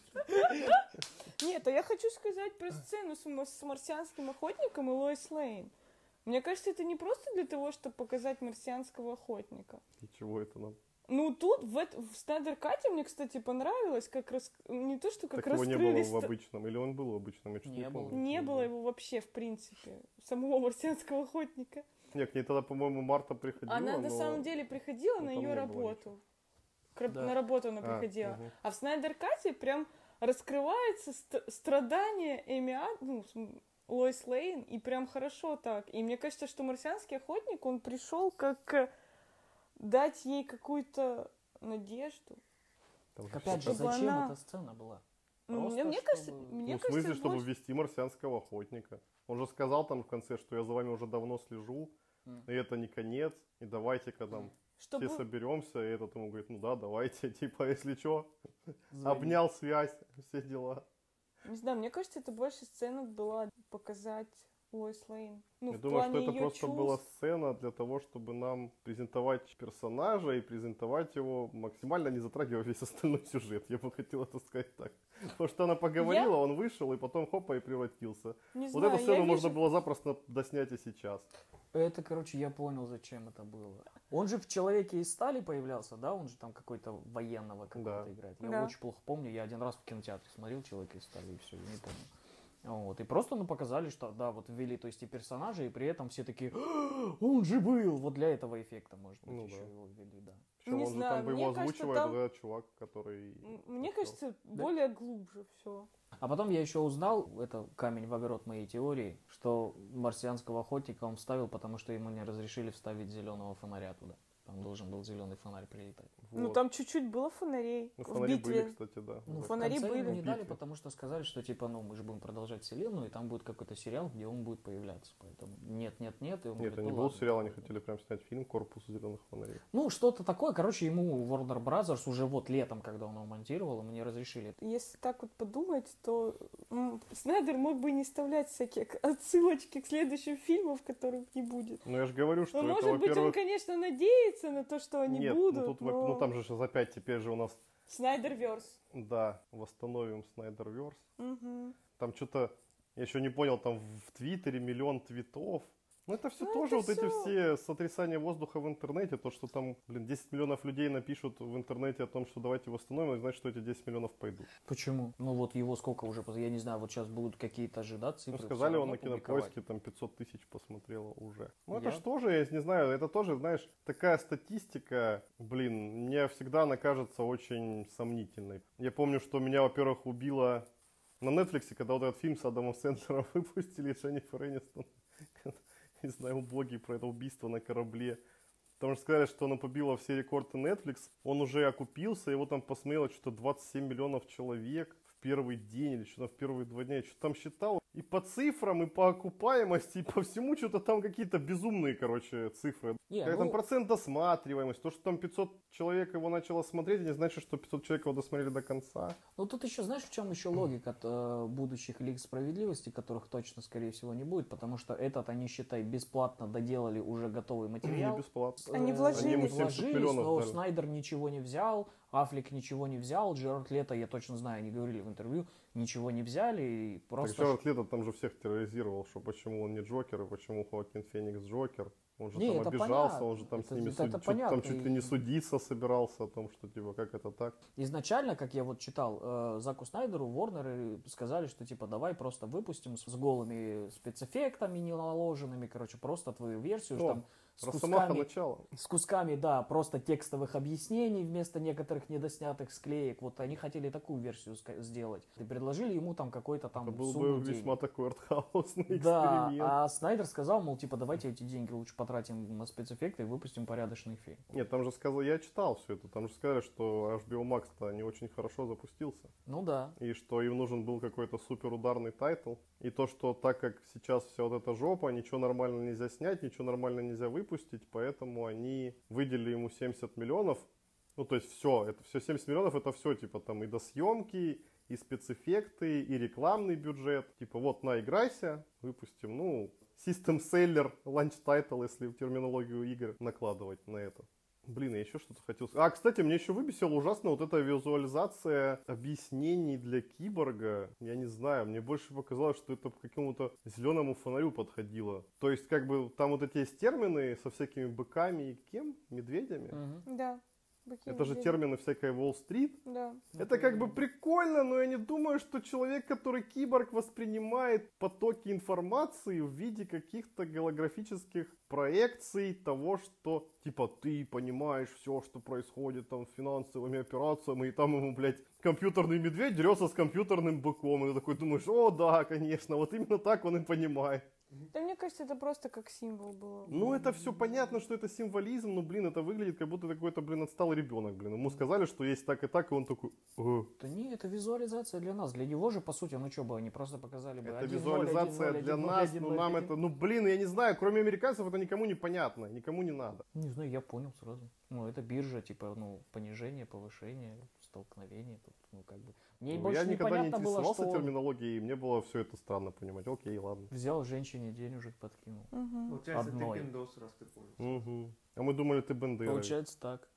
Нет, а я хочу сказать про сцену с марсианским охотником и Лоис Лейн. Мне кажется, это не просто для того, чтобы показать марсианского охотника. И чего это нам? Ну, тут, в Снайдер-кате мне, кстати, понравилось, как не то, что как Так его не раскрыли... было в обычном. Или он был в обычном, я что-то Не не было. помню. Не было его вообще, в принципе, самого марсианского охотника. Нет, к ней тогда, по-моему, Марта приходила, Она на но- самом деле приходила ну, на там ее не было работу. Да. На работу она приходила. мгм. А в Снайдер-кате прям раскрывается страдание Лоис Лейн, и прям хорошо так. И мне кажется, что марсианский охотник, он пришел как дать ей какую-то надежду. Там же Так опять же, всё Чтобы зачем она- эта сцена была? Просто Мне кажется, чтобы- мне Ну, в смысле, кажется, чтобы больше- ввести марсианского охотника. Он же сказал там в конце, что я за вами уже давно слежу, и это не конец, и давайте-ка там чтобы... все соберемся, и этот ему говорит, ну да, давайте, типа, если что, Звони. обнял связь, все дела. Не знаю, мне кажется, это больше сцена была показать Лоис Лейн. Ну, Я в думаю, что плане это её просто чувств. была сцена для того, чтобы нам презентовать персонажа и презентовать его максимально не затрагивая весь остальной сюжет. Я бы хотел это сказать так. Потому что она поговорила, он вышел, и потом хопа и превратился. Не Вот знаю, эту сцену я можно вижу- было запросто доснять и сейчас. Это, короче, я понял, зачем это было. Он же в «Человеке из стали» появлялся, да? Он же там какой-то военного какого-то Да. играет. Я Да. очень плохо помню. Я один раз в кинотеатре смотрел «Человека из стали» и все, не помню. Вот. И просто, ну, показали, что, да, вот ввели, то есть, и персонажи, и при этом все такие, «А, он же был! Вот для этого эффекта, может быть, Ну еще да. его ввели, да. Причем Не он же знаю, там бы мне его кажется, озвучивает там- этот чувак, который... Мне актер. кажется, более глубже все. А потом я еще узнал, это камень в огород моей теории, что марсианского охотника он вставил, потому что ему не разрешили вставить зеленого фонаря туда. Там должен был зеленый фонарь прилетать. Ну, Вот. там чуть-чуть было фонарей Ну, в фонари битве. были, кстати, да. Ну, Вот. в фонари конце были. ему не В дали, битве. потому что сказали, что типа, ну, мы же будем продолжать вселенную, и там будет какой-то сериал, где он будет появляться. Поэтому нет. И он Нет, говорит, это ну не был ладно, сериал, они давай. хотели прям снять фильм «Корпус зеленых фонарей». Ну, что-то такое. Короче, ему Warner Brothers уже вот летом, когда он его монтировал, ему не разрешили. Если так вот подумать, то Снайдер мог бы и не вставлять всякие отсылочки к следующим фильмам, которых не будет. Ну, я же говорю, что Ну, это, может быть, он, во-первых... конечно, надеется на то, что они Нет, будут, ну, тут, но... ну там же сейчас опять теперь же у нас, Снайдерверс. да, восстановим Снайдерверс. Мгм. Там что-то, я еще не понял, там в Твиттере миллион твитов. Ну, это все Ну, тоже это вот эти всё. все сотрясания воздуха в интернете. То, что там, 10 миллионов людей напишут в интернете о том, что давайте восстановим, это значит, что эти 10 миллионов пойдут. Почему? Ну, вот его сколько уже, я не знаю, вот сейчас будут какие-то же, да, цифры. Ну, всё сказали, равно он на публиковать. Кинопоиске там 500 тысяч посмотрело уже. Ну, это Я- ж тоже, я не знаю, это тоже, знаешь, такая статистика, блин, мне всегда она кажется очень сомнительной. Я помню, что меня, во-первых, убило на Netflix, когда вот этот фильм с Адамом Сэндлером выпустили, Дженнифер Энистон, не знаю, блоги про это убийство на корабле. Потому что сказали, что оно побило все рекорды Netflix. Он уже окупился, его там посмотрело что-то 27 миллионов человек в первый день или что-то в первые 2 дня. Я что-то там считал. И по цифрам, и по окупаемости, и по всему что-то там какие-то безумные, короче, цифры. Не, Какая ну- там процент досматриваемости. То, что там 500 человек его начало смотреть, не значит, что 500 человек его досмотрели до конца. Ну, тут еще, знаешь, в чем еще логика будущих Лиг Справедливости, которых точно, скорее всего, не будет, потому что этот, они, считай, бесплатно доделали уже готовый материал. Не бесплатно. Они Э, вложились. Они ему 70 вложились, миллионов но дали. Снайдер ничего не взял, Аффлек ничего не взял, Джерард Лето, я точно знаю, они говорили в интервью, ничего не взяли, и Так просто... Джаред Лето там же всех терроризировал, что почему он не Джокер, и почему Хоакин Феникс Джокер. Он же Не, там это обижался, понятно. он же там Это- с ними это чуть- понятно, там чуть ли и- не судиться собирался о том, что типа как это так. Изначально, как я вот читал, Заку Снайдеру, Ворнеры сказали, что типа давай просто выпустим с голыми спецэффектами не наложенными, короче, просто твою версию, О, там с Росомаха кусками, начало. с кусками, да, просто текстовых объяснений вместо некоторых недоснятых склеек. Вот они хотели такую версию сделать. И предложили ему там какой-то там Это был сумму бы денег. весьма такой артхаусный Да, эксперимент. а Снайдер сказал, мол, типа, давайте эти деньги лучше потратим на спецэффекты и выпустим порядочный фильм. Нет, там же сказал, я читал все это, там же сказали, что HBO Max-то не очень хорошо запустился. Ну да. И что им нужен был какой-то супер ударный тайтл. И то, что так как сейчас вся вот эта жопа, ничего нормально нельзя снять, ничего нормально нельзя выпустить, поэтому они выделили ему 70 миллионов. Ну, то есть все, это все 70 миллионов, это все, типа там и досъемки, и спецэффекты, и рекламный бюджет. Типа вот, наиграйся, выпустим, ну, System Seller, Launch Title, если в терминологию игр накладывать на это. Блин, я еще что-то хотел сказать. А, кстати, мне еще выбесила ужасно вот эта визуализация объяснений для киборга. Я не знаю, мне больше показалось, что это к какому-то зеленому фонарю подходило. То есть, как бы, там вот эти есть термины со всякими быками и кем? Медведями? Мгм. Да. Быки Это же медведи. термины всякой Уолл-стрит. Да. Это как бы прикольно, но я не думаю, что человек, который киборг, воспринимает потоки информации в виде каких-то голографических проекций того, что типа ты понимаешь все, что происходит там с финансовыми операциями, и там ему, блядь, компьютерный медведь дерется с компьютерным быком, и ты такой думаешь, о да, конечно, вот именно так он и понимает. Да мне кажется, это просто как символ было. Ну, это все понятно, что это символизм, но, блин, это выглядит, как будто какой-то, блин, отсталый ребенок, блин. Ему сказали, что есть так, и он такой... Да не, это визуализация для нас. Для него же, по сути, ну что бы, они просто показали бы Это 1-0, визуализация 1-0, для 1-0, нас, 1-0, ну нам 1-0. это... Ну, блин, я не знаю, кроме американцев это никому не понятно, никому не надо. Не знаю, я понял сразу. Ну, это биржа, типа, ну, понижение, повышение, столкновение. Тут, ну, как бы. Мне Ну, больше я никогда не непонятно было, интересовался что он терминологией, и мне было все это странно понимать. Окей, ладно. взял женщине денежек, подкинул. Получается, Одной. ты пиндос, раз ты понял. Угу. А мы думали, ты Бендера. Получается так.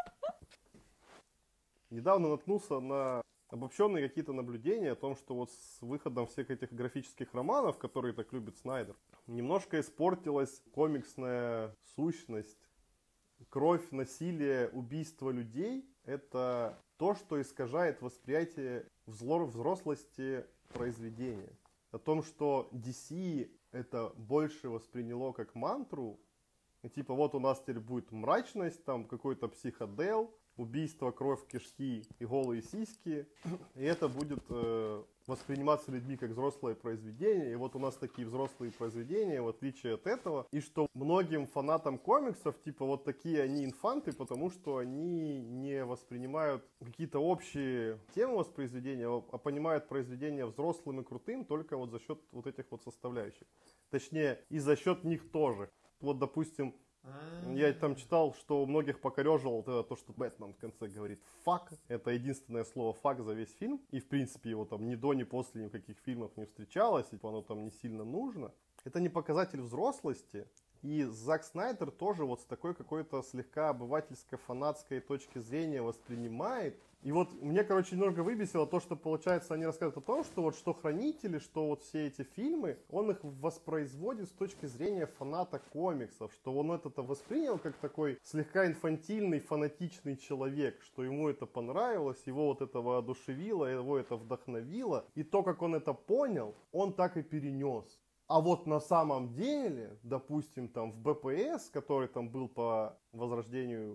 Недавно наткнулся на обобщенные какие-то наблюдения о том, что вот с выходом всех этих графических романов, которые так любит Снайдер, немножко испортилась комиксная сущность. Кровь, насилие, убийство людей – это то, что искажает восприятие взрослости произведения. О том, что DC это больше восприняло как мантру, и типа вот у нас теперь будет мрачность, там какой-то психодел, убийство, кровь, кишки и голые сиськи. И это будет восприниматься людьми как взрослое произведение. И вот у нас такие взрослые произведения, в отличие от этого. И что многим фанатам комиксов, типа вот такие они инфанты, потому что они не воспринимают какие-то общие темы воспроизведения, а понимают произведение взрослым и крутым только вот за счет вот этих вот составляющих. Точнее, и за счет них тоже. Вот, допустим, я там читал, что у многих покорежило вот это, то, что Бэтмен в конце говорит «фак». Это единственное слово «фак» за весь фильм. И, в принципе, его там ни до, ни после ни в каких фильмах не встречалось, и оно там не сильно нужно. Это не показатель взрослости. И Зак Снайдер тоже вот с такой какой-то слегка обывательской, фанатской точки зрения воспринимает. И вот мне, короче, немного выбесило то, что, получается, они рассказывают о том, что вот что «Хранители», что вот все эти фильмы, он их воспроизводит с точки зрения фаната комиксов, что он это воспринял как такой слегка инфантильный, фанатичный человек, что ему это понравилось, его вот это воодушевило, его это вдохновило, и то, как он это понял, он так и перенес. А вот на самом деле, допустим, там в БПС, который там был по возвращению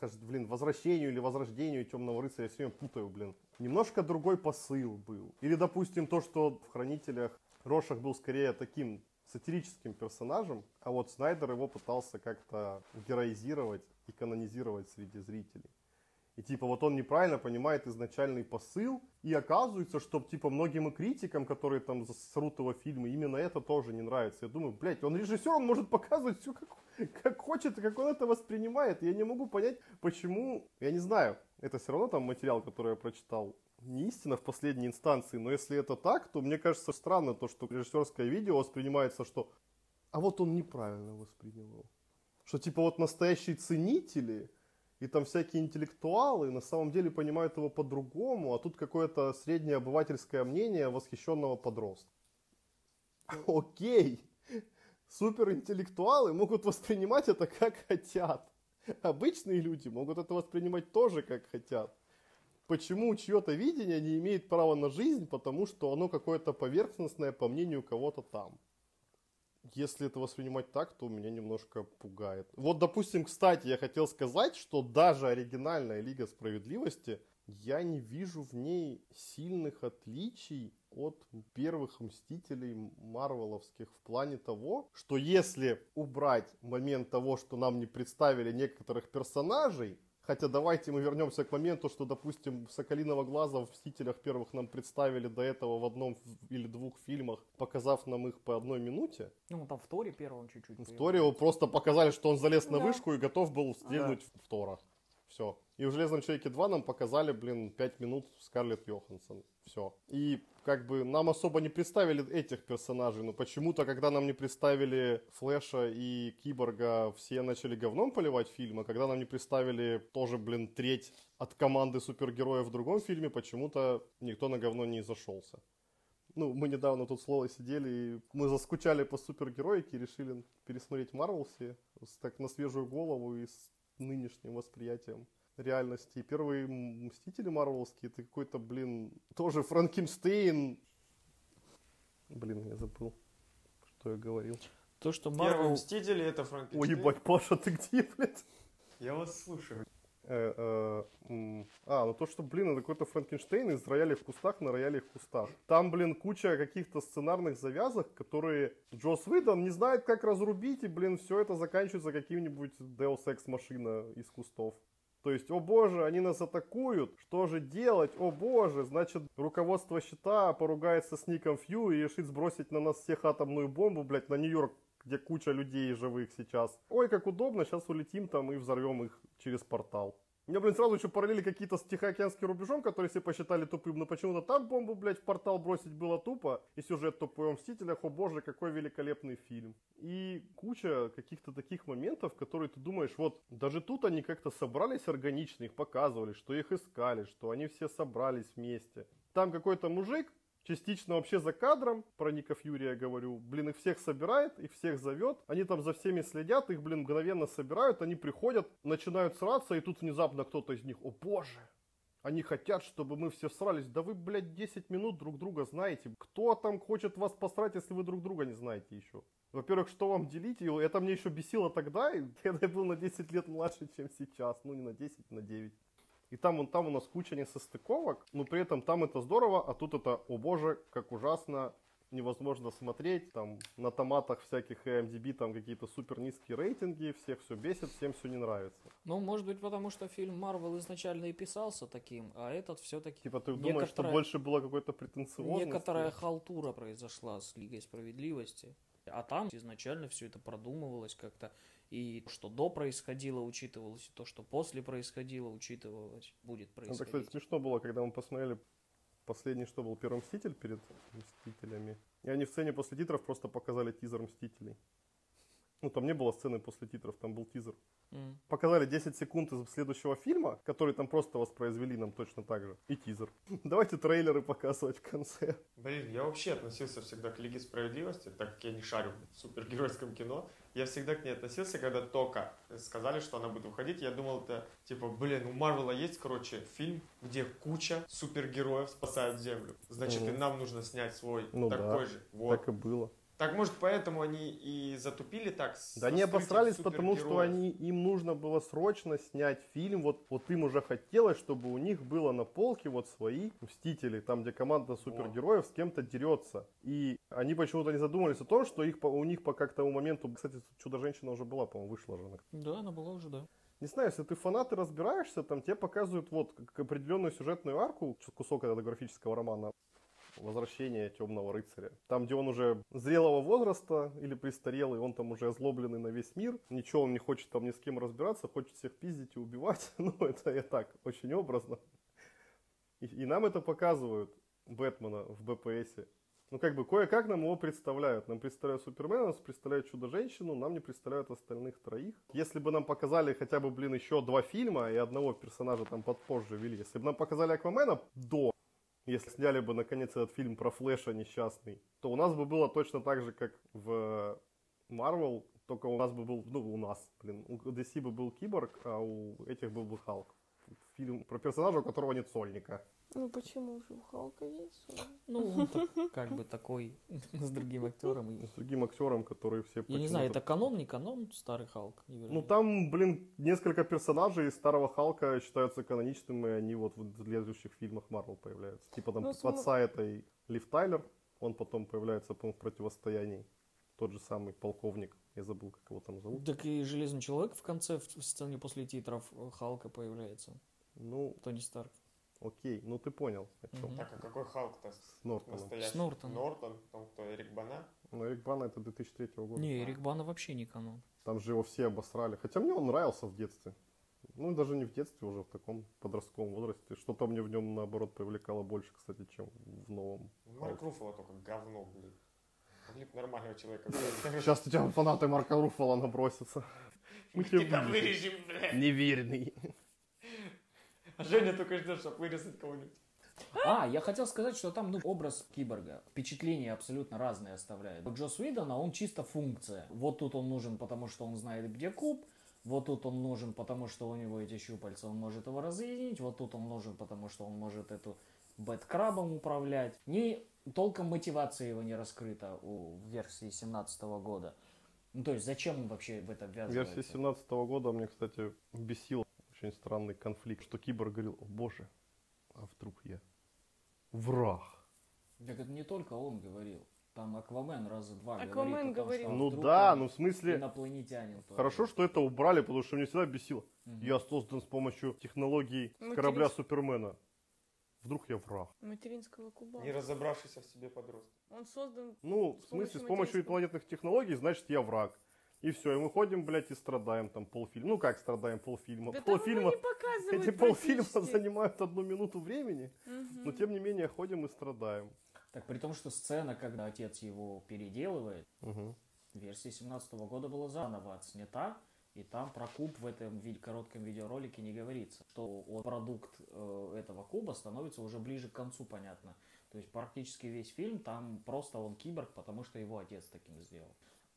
или возрождению Темного рыцаря, я все время путаю, немножко другой посыл был. Или, допустим, то, что в Хранителях Рошах был скорее таким сатирическим персонажем, а вот Снайдер его пытался как-то героизировать и канонизировать среди зрителей. И типа вот он неправильно понимает изначальный посыл, и оказывается, что типа многим и критикам, которые там срут его фильмы, именно это тоже не нравится. Я думаю, блядь, он режиссер, он может показывать все как хочет, и как он это воспринимает. Я не могу понять, почему, я не знаю, это все равно там материал, который я прочитал, не истина в последней инстанции, но если это так, то мне кажется странно то, что режиссерское видео воспринимается, что а вот он неправильно воспринял его. Что типа вот настоящие ценители и там всякие интеллектуалы на самом деле понимают его по-другому, а тут какое-то среднее обывательское мнение восхищенного подростка. Окей, суперинтеллектуалы могут воспринимать это как хотят. Обычные люди могут это воспринимать тоже как хотят. Почему чье-то видение не имеет права на жизнь? Потому что оно какое-то поверхностное по мнению кого-то там. Если это воспринимать так, то меня немножко пугает. Вот, допустим, кстати, я хотел сказать, что даже оригинальная Лига Справедливости, я не вижу в ней сильных отличий от первых Мстителей марвеловских в плане того, что если убрать момент того, что нам не представили некоторых персонажей, хотя давайте мы вернемся к моменту, что, допустим, Соколиного Глаза в «Мстителях» первых нам представили до этого в одном или двух фильмах, показав нам их по 1 минуте. Ну, там в Торе первом чуть-чуть. В Торе его просто показали, что он залез на Да. вышку и готов был стрельнуть в Тора. Все. И в «Железном человеке 2» нам показали, 5 минут Скарлетт Йоханссон. Все. И как бы нам особо не представили этих персонажей, но почему-то, когда нам не представили Флэша и Киборга, все начали говном поливать фильм, а когда нам не представили тоже, треть от команды супергероев в другом фильме, почему-то никто на говно не зашелся. Ну, мы недавно тут с Лолой сидели, и мы заскучали по супергероике и решили пересмотреть Марвел все, так на свежую голову и с нынешним восприятием реальности. И первые Мстители марвеловские, это какой-то, тоже Франкенштейн. Я забыл, что я говорил. То, что Первые Марвел... Мстители — это Франкенштейн. Ой, ебать, Паша, ты где, блядь? Я вас слушаю. Ну то, что, блин, это какой-то Франкенштейн из роялей в кустах на роялей в кустах. Там, блин, куча каких-то сценарных завязок, которые Джосс Уидон не знает, как разрубить, и, блин, все это заканчивается каким-нибудь Deus Ex машина из кустов. То есть, о боже, они нас атакуют, что же делать, о боже, значит, руководство щита поругается с Ником Фью и решит сбросить на нас всех атомную бомбу, блядь, на Нью-Йорк, где куча людей живых сейчас. Ой, как удобно, сейчас улетим там и взорвем их через портал. У меня, блин, сразу еще параллели какие-то с Тихоокеанским рубежом, которые все посчитали тупым, но почему-то там бомбу, блядь, в портал бросить было тупо, и сюжет тупой о Мстителях, о боже, какой великолепный фильм. И куча каких-то таких моментов, которые ты думаешь, вот, даже тут они как-то собрались органично, их показывали, что их искали, что они все собрались вместе. Там какой-то мужик, частично вообще за кадром, про Ника Фьюри я говорю, блин, их всех собирает, их всех зовет, они там за всеми следят, их, блин, мгновенно собирают, они приходят, начинают сраться, и тут внезапно кто-то из них, о боже, они хотят, чтобы мы все всрались, да вы, блядь, 10 минут друг друга знаете, кто там хочет вас посрать, если вы друг друга не знаете еще? Во-первых, что вам делить, и это мне еще бесило тогда, когда я был на 10 лет младше, чем сейчас, ну не на 10, на 9. И там у нас куча несостыковок, но при этом там это здорово, а тут это, о боже, как ужасно, невозможно смотреть, там на томатах всяких IMDb там какие-то супер низкие рейтинги, всех все бесит, всем все не нравится. Ну, может быть, потому что фильм Марвел изначально и писался таким, а этот все-таки... Типа ты думаешь, что больше было какой-то претенциозности? Некоторая халтура произошла с Лигой Справедливости. А там изначально все это продумывалось как-то. И что до происходило, учитывалось, и то, что после происходило, учитывалось, будет происходить. Это, кстати, смешно было, когда мы посмотрели последний, что был, первый Мститель перед Мстителями. И они в сцене после титров просто показали тизер Мстителей. Ну, там не было сцены после титров, там был тизер. Показали 10 секунд из следующего фильма, который там просто воспроизвели нам точно так же. И тизер. Давайте трейлеры показывать в конце. Блин, я вообще относился всегда к Лиге Справедливости, так как я не шарю в супергеройском кино. Я всегда к ней относился, когда только сказали, что она будет выходить. Я думал, это типа, блин, у Марвела есть, короче, фильм, где куча супергероев спасают Землю. Значит, и нам нужно снять свой такой же. Вот. Так и было. Так, может, поэтому они и затупили так? Да они обосрались, потому что им нужно было срочно снять фильм. Вот им уже хотелось, чтобы у них было на полке вот свои Мстители, там, где команда супергероев с кем-то дерется. И они почему-то не задумались о том, что у них пока к тому моменту... Кстати, Чудо-женщина уже была, по-моему, вышла же. Да, она была уже, да. Не знаю, если ты фанат и разбираешься, там тебе показывают вот как определенную сюжетную арку, кусок этого графического романа. Возвращение Темного рыцаря. Там, где он уже зрелого возраста или престарелый, он там уже озлобленный на весь мир. Ничего он не хочет там ни с кем разбираться, хочет всех пиздить и убивать. Ну, это я так, очень образно. И нам это показывают, Бэтмена в БПСе. Ну, как бы, кое-как нам его представляют. Нам представляют Супермена, нас представляют Чудо-женщину, нам не представляют остальных троих. Если бы нам показали хотя бы, блин, еще 2 фильма и одного персонажа там подпозже ввели. Если бы нам показали Аквамена до... Если сняли бы, наконец, этот фильм про Флэша несчастный, то у нас бы было точно так же, как в Marvel, только у нас бы был, у DC бы был Киборг, а у этих был бы Халк. Фильм про персонажа, у которого нет сольника. Ну почему же у Халка есть сольник? Ну, он как бы такой, с другим актером. С другим актером, который все... Я не знаю, это канон, не канон, старый Халк? Ну там, блин, несколько персонажей из старого Халка считаются каноничными, и они вот в следующих фильмах Марвел появляются. Типа там отца этой Лив Тайлер, он потом появляется, по-моему, в «Противостоянии». Тот же самый полковник, я забыл, как его там зовут. Так и Железный Человек в конце, в сцене после титров Халка появляется. Ну, Тони Старк. окей, ну ты понял, о чем. Так, а какой Халк-то? С Нортоном. Настоящий? С Нортоном. Нортон, там кто, Эрик Бана? Ну, Эрик Бана это 2003 года. Не, Эрик Бана вообще не канон. Там же его все обосрали. Хотя мне он нравился в детстве. Ну, даже не в детстве, уже в таком подростковом возрасте. Что-то мне в нем, наоборот, привлекало больше, кстати, чем в новом. Марк Руффало только говно, блин. Могли бы нормального человека. Сейчас у тебя фанаты Марка Руффало набросятся. Мы тебя вырежем, блядь. Неверный. А Женя только ждет, чтобы вырезать кого-нибудь. Я хотел сказать, что там образ киборга, впечатления абсолютно разные оставляет. У Джосс Уидона он чисто функция. Вот тут он нужен, потому что он знает, где куб. Вот тут он нужен, потому что у него эти щупальца, он может его разъединить. Вот тут он нужен, потому что он может эту бэт-крабом управлять. Толком мотивация его не раскрыта в версии 2017 года. Ну, то есть, зачем он вообще в это ввязывается? Версия 2017 года мне, кстати, бесила очень очень странный конфликт, что Киборг говорил: о боже, а вдруг я враг? Так это не только он говорил. Там Аквамен раза два Аквамен говорит о том, говорил. что Ну вдруг да, он ну в смысле, инопланетянин. тоже. хорошо, что это убрали, потому что меня всегда бесило. Мгм. Я создан с помощью технологий с Материнс- корабля Супермена. Вдруг я враг. Материнского куба. Не разобравшийся в себе подросток. Он создан... Ну, в смысле, с помощью инопланетных технологий, значит, я враг. И все, и мы ходим, блядь, и страдаем там полфильма. Ну как страдаем полфильма? Да там Полфильма, его не показывают эти полфильма практически. занимают 1 минуту времени, Мгм. но тем не менее ходим и страдаем. Так при том, что сцена, когда отец его переделывает, Мгм. версия 17 года была заново отснята, и там про куб в этом коротком видеоролике не говорится. Что продукт этого куба становится уже ближе к концу, понятно. То есть практически весь фильм там просто он киборг, потому что его отец таким сделал.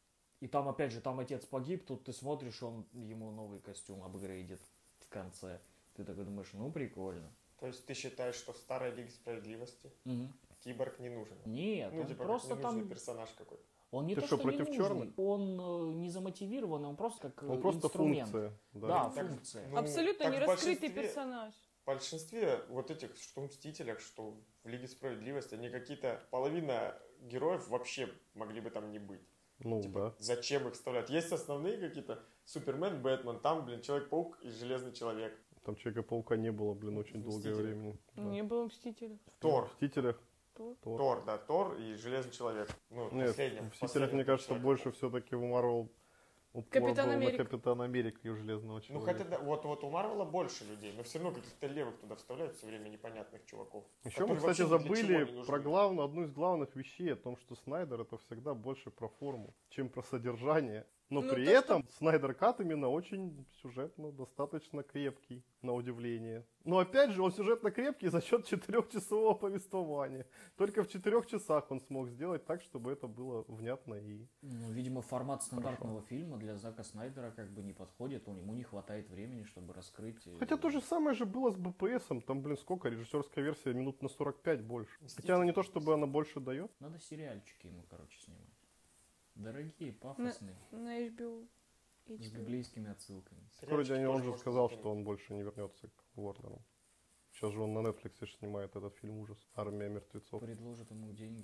И там, опять же, там отец погиб, тут ты смотришь, он ему новый костюм апгрейдит в конце. Ты такой думаешь, ну прикольно. То есть ты считаешь, что в старой Лиге Справедливости Киборг не нужен? Нет, Ну, он типа, просто как ненужный там... персонаж какой-то. Он не Ты то, что, что против не нужный, черных? он не замотивированный, он просто как Он просто инструмент. функция. Да, Так, функция. ну, Абсолютно как не в раскрытый большинстве- персонаж. В большинстве вот этих, что в Мстителях, что в Лиге Справедливости, они какие-то, половина героев вообще могли бы там не быть. Ну Типа, да. зачем их вставлять? Есть основные какие-то, Супермен, Бэтмен, там, блин, Человек-паук и Железный Человек. Там Человека-паука не было, блин, очень долгое Мстители. время. Да. Не было Мстителей. Тор. В Мстителях. Тор. Тор. Тор и Железный Человек. Ну, Нет, последнем. в Мстителях, мне кажется, больше все-таки в Марвел упор Капитан был на Америка. Капитана Америка и Железного Ну, Человека. хотя, да, вот у Марвела больше людей, но все равно каких-то левых туда вставляют все время непонятных чуваков. Еще мы, которые кстати, вообще ни для чего забыли не нужны. про одну из главных вещей, о том, что Снайдер это всегда больше про форму, чем про содержание. Но Ну, при то, этом Снайдер Кат именно очень сюжетно достаточно крепкий, на удивление. Но опять же, он сюжетно крепкий за счет 4-часового повествования. Только в 4 часах он смог сделать так, чтобы это было внятно и... Ну, видимо, формат стандартного фильма для Зака Снайдера как бы не подходит, ему не хватает времени, чтобы раскрыть... Хотя то же самое же было с БПСом. Там, блин, сколько? Режиссерская версия минут на 45 больше. Хотя она не то, чтобы она больше дает. Надо сериальчики ему, короче, снимать. Дорогие, пафосные, На HBO. с HBO. библейскими отсылками. Вроде Сериальчики он тоже же можно сказал, закинуть. что он больше не вернется к Уорнеру. Сейчас же он на Netflix снимает этот фильм ужас. «Армия мертвецов». Предложат ему деньги,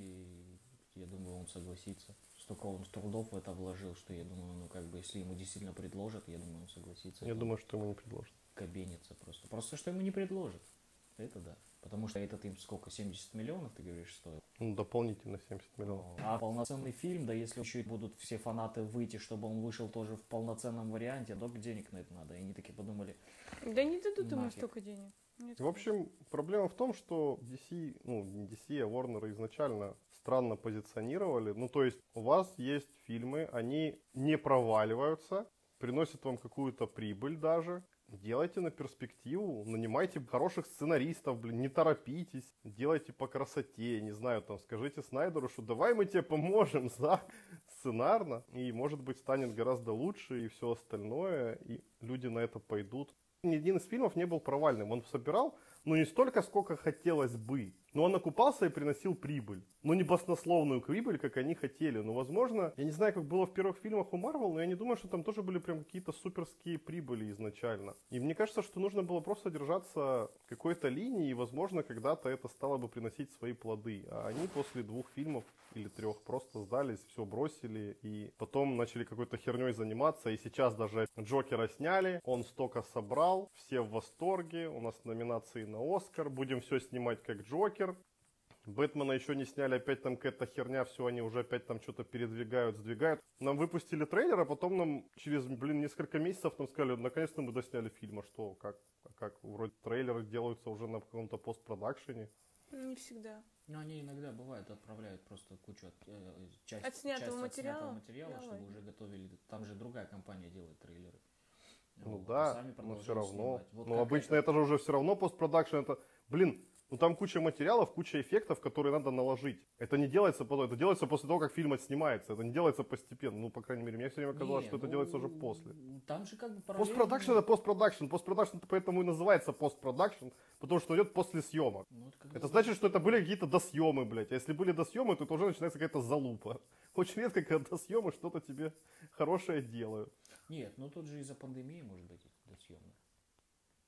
и я думаю, он согласится. Столько он трудов в это вложил, что я думаю, ну как бы, если ему действительно предложат, я думаю, он согласится. Я Это думаю, что ему не предложат. кабенится просто. Просто что ему не предложат. Это да. Потому что этот им сколько, 70 миллионов, ты говоришь, стоит? Ну, дополнительно 70 миллионов. А полноценный фильм, да если еще и будут все фанаты выйти, чтобы он вышел тоже в полноценном варианте, только денег на это надо. И они такие подумали, Да не дадут ему Нафиг. столько денег. Нет, В общем, проблема в том, что DC, ну, не DC, а Warner изначально странно позиционировали. Ну, то есть, у вас есть фильмы, они не проваливаются, приносят вам какую-то прибыль даже. Делайте на перспективу, нанимайте хороших сценаристов, блин, не торопитесь, делайте по красоте, не знаю, там, скажите Снайдеру, что давай мы тебе поможем, Зак, сценарно, и, может быть, станет гораздо лучше и все остальное, и люди на это пойдут. Ни один из фильмов не был провальным, он собирал, ну, не столько, сколько хотелось бы, но он окупался и приносил прибыль. Ну, не баснословную прибыль, как они хотели. Но, возможно, я не знаю, как было в первых фильмах у Марвел, но я не думаю, что там тоже были прям какие-то суперские прибыли изначально. И мне кажется, что нужно было просто держаться какой-то линии, и, возможно, когда-то это стало бы приносить свои плоды. А они после 2 фильмов или 3 просто сдались, все бросили, и потом начали какой-то херней заниматься, и сейчас даже Джокера сняли, он столько собрал, все в восторге, у нас номинации на Оскар, будем все снимать как Джокер. Бэтмена еще не сняли, опять там какая-то херня, все, они уже опять там что-то передвигают, сдвигают. Нам выпустили трейлер, а потом нам через, несколько месяцев нам сказали, наконец-то мы досняли фильм, а что, как, вроде трейлеры делаются уже на каком-то постпродакшене. Не всегда. ну они иногда бывает отправляют просто кучу часть Отснятого материала? материала, Да, чтобы ладно. уже готовили. Там же другая компания делает трейлеры. Ну Вот, да, а сами но продолжают все равно. снимать. Вот Но как обычно это же уже все равно постпродакшн, это, ну там куча материалов, куча эффектов, которые надо наложить. Это не делается потом, это делается после того, как фильм отснимается. Это не делается постепенно. Ну, по крайней мере, мне все время казалось, Не, что это ну, делается уже после. Там же как бы параллельно... Постпродакшн это постпродакшн. Постпродакшн поэтому и называется постпродакшн, потому что идет после съемок. Ну, вот когда Это значит, что это были какие-то досъемы, блядь. А если были досъемы, то это уже начинается какая-то залупа. Очень редко, когда досъемы что-то тебе хорошее делают. Нет, ну тут же из-за пандемии, может быть, до съемок.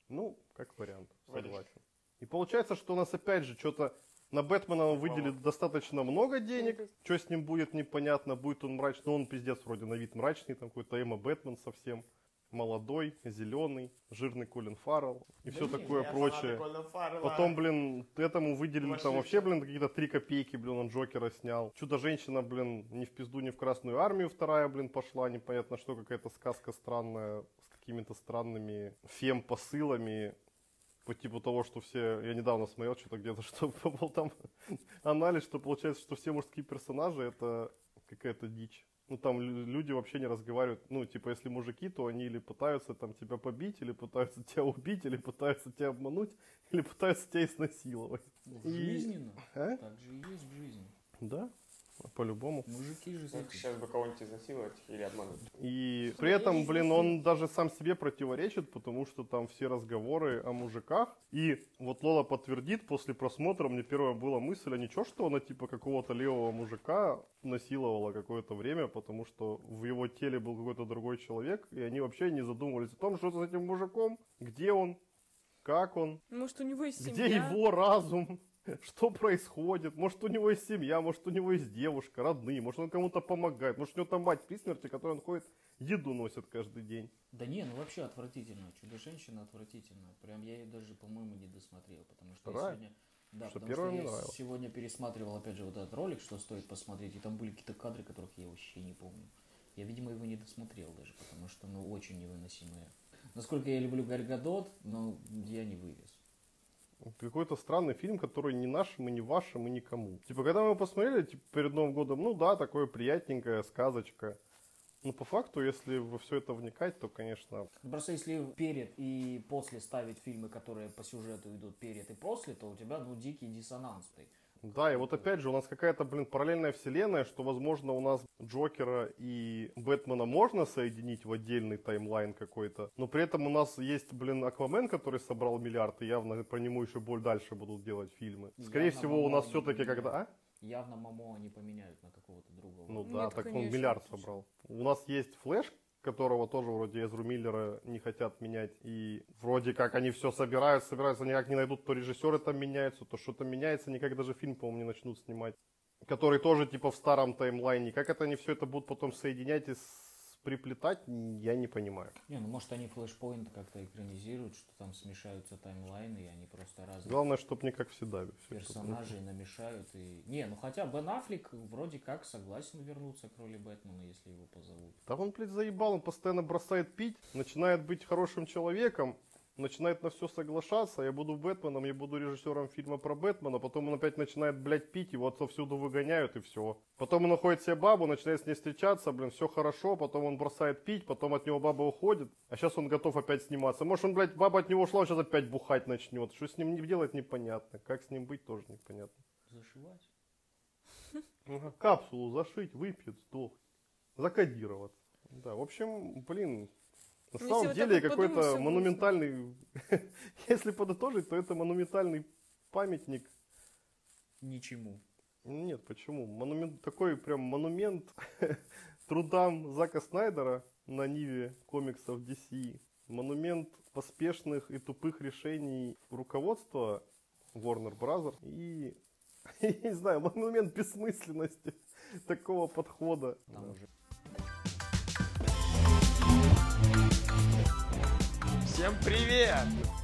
Ну, как вариант, согласен. И получается, что у нас опять же что-то на Бэтмена выделили достаточно много денег. Что с ним будет, непонятно. Будет он мрачный. Ну, он пиздец вроде на вид мрачный. Там какой-то Эмма Бэтмен совсем. Молодой, зеленый, жирный Колин Фаррелл. И все такое прочее. Потом, блин, этому выделили там вообще, блин, какие-то 3 копейки, блин, он Джокера снял. Чудо-женщина, блин, ни в пизду, ни в Красную Армию вторая, блин, пошла. Непонятно что, какая-то сказка странная. С какими-то странными фем-посылами. По типу того, что все... Я недавно смотрел что-то где-то, что был там анализ, что получается, что все мужские персонажи это какая-то дичь. Ну, там люди вообще не разговаривают. Ну, типа, если мужики, то они или пытаются там тебя побить, или пытаются тебя убить, или пытаются тебя обмануть, или пытаются тебя изнасиловать. Жизненно. Так же и есть в жизни. Да, по-любому. Мужики же Ну, такие. сейчас бы кого-нибудь изнасиловать или обмануть. И при этом, блин, он даже сам себе противоречит, потому что там все разговоры о мужиках. И вот Лола подтвердит, после просмотра мне первая была мысль, а ничего, что она типа какого-то левого мужика насиловала какое-то время, потому что в его теле был какой-то другой человек, и они вообще не задумывались о том, что с этим мужиком, где он, как он, Может, у него есть семья? где его разум. Что происходит? Может, у него есть семья, может, у него есть девушка, родные, может, он кому-то помогает, может, у него там мать при смерти, которой он ходит, еду носит каждый день. Да не, ну вообще отвратительно. Чудо-женщина отвратительно. Прям я ее даже, по-моему, не досмотрел, потому что я сегодня... Да, что потому первая что мне я нравилась. сегодня пересматривал, опять же, вот этот ролик, что стоит посмотреть, и там были какие-то кадры, которых я вообще не помню. Я, видимо, его не досмотрел даже, потому что, ну, очень невыносимое. Насколько я люблю Галь Гадот, но я не вывез. Какой-то странный фильм, который не нашим, и не вашим, и никому. Типа, когда мы посмотрели, типа, перед Новым годом, ну да, такое приятненькая сказочка. Но по факту, если во все это вникать, то, конечно... Просто если перед и после ставить фильмы, которые по сюжету идут перед и после, то у тебя, ну, дикий диссонанс. Да, и вот опять же, у нас какая-то, блин, параллельная вселенная, что, возможно, у нас Джокера и Бэтмена можно соединить в отдельный таймлайн какой-то, но при этом у нас есть, блин, Аквамен, который собрал миллиард, и явно по нему еще дальше будут делать фильмы. Скорее Явно всего, у нас Момо все-таки когда... А? Явно Момо они поменяют на какого-то другого. Ну Нет, да, так он конечно. миллиард собрал. У нас есть Флэш, которого тоже вроде Эзру Миллера не хотят менять. И вроде как они все собираются, никак не найдут, то режиссеры там меняются, то что-то меняется, никак даже фильм, по-моему, не начнут снимать. Который тоже типа в старом таймлайне. Как это они все это будут потом соединять и приплетать, я не понимаю. Не, ну может они Flashpoint как-то экранизируют, что там смешаются таймлайны, и они просто разные Главное, чтобы не как всегда. персонажей намешают. И... Не, ну хотя Бен Аффлек вроде как согласен вернуться к роли Бэтмена, если его позовут. Да он, блядь, заебал, он постоянно бросает пить, начинает быть хорошим человеком, начинает на все соглашаться, я буду Бэтменом, я буду режиссером фильма про Бэтмена, потом он опять начинает, блядь, пить, его отовсюду выгоняют и все. Потом он находит себе бабу, начинает с ней встречаться, блин, все хорошо, потом он бросает пить, потом от него баба уходит, а сейчас он готов опять сниматься. Может он, блядь, баба от него ушла, он сейчас опять бухать начнет. Что с ним делать, непонятно. Как с ним быть, тоже непонятно. Зашивать? Капсулу зашить, выпьет, сдохнет. Закодироваться. Да, в общем, блин... На Если самом вот деле так вот какой-то подумать, всё монументальный, если подытожить, то это монументальный памятник. Ничему. Нет, почему? Такой прям монумент трудам Зака Снайдера на ниве комиксов DC. Монумент поспешных и тупых решений руководства Warner Bros. И, я не знаю, монумент бессмысленности такого подхода. Там уже. Всем привет!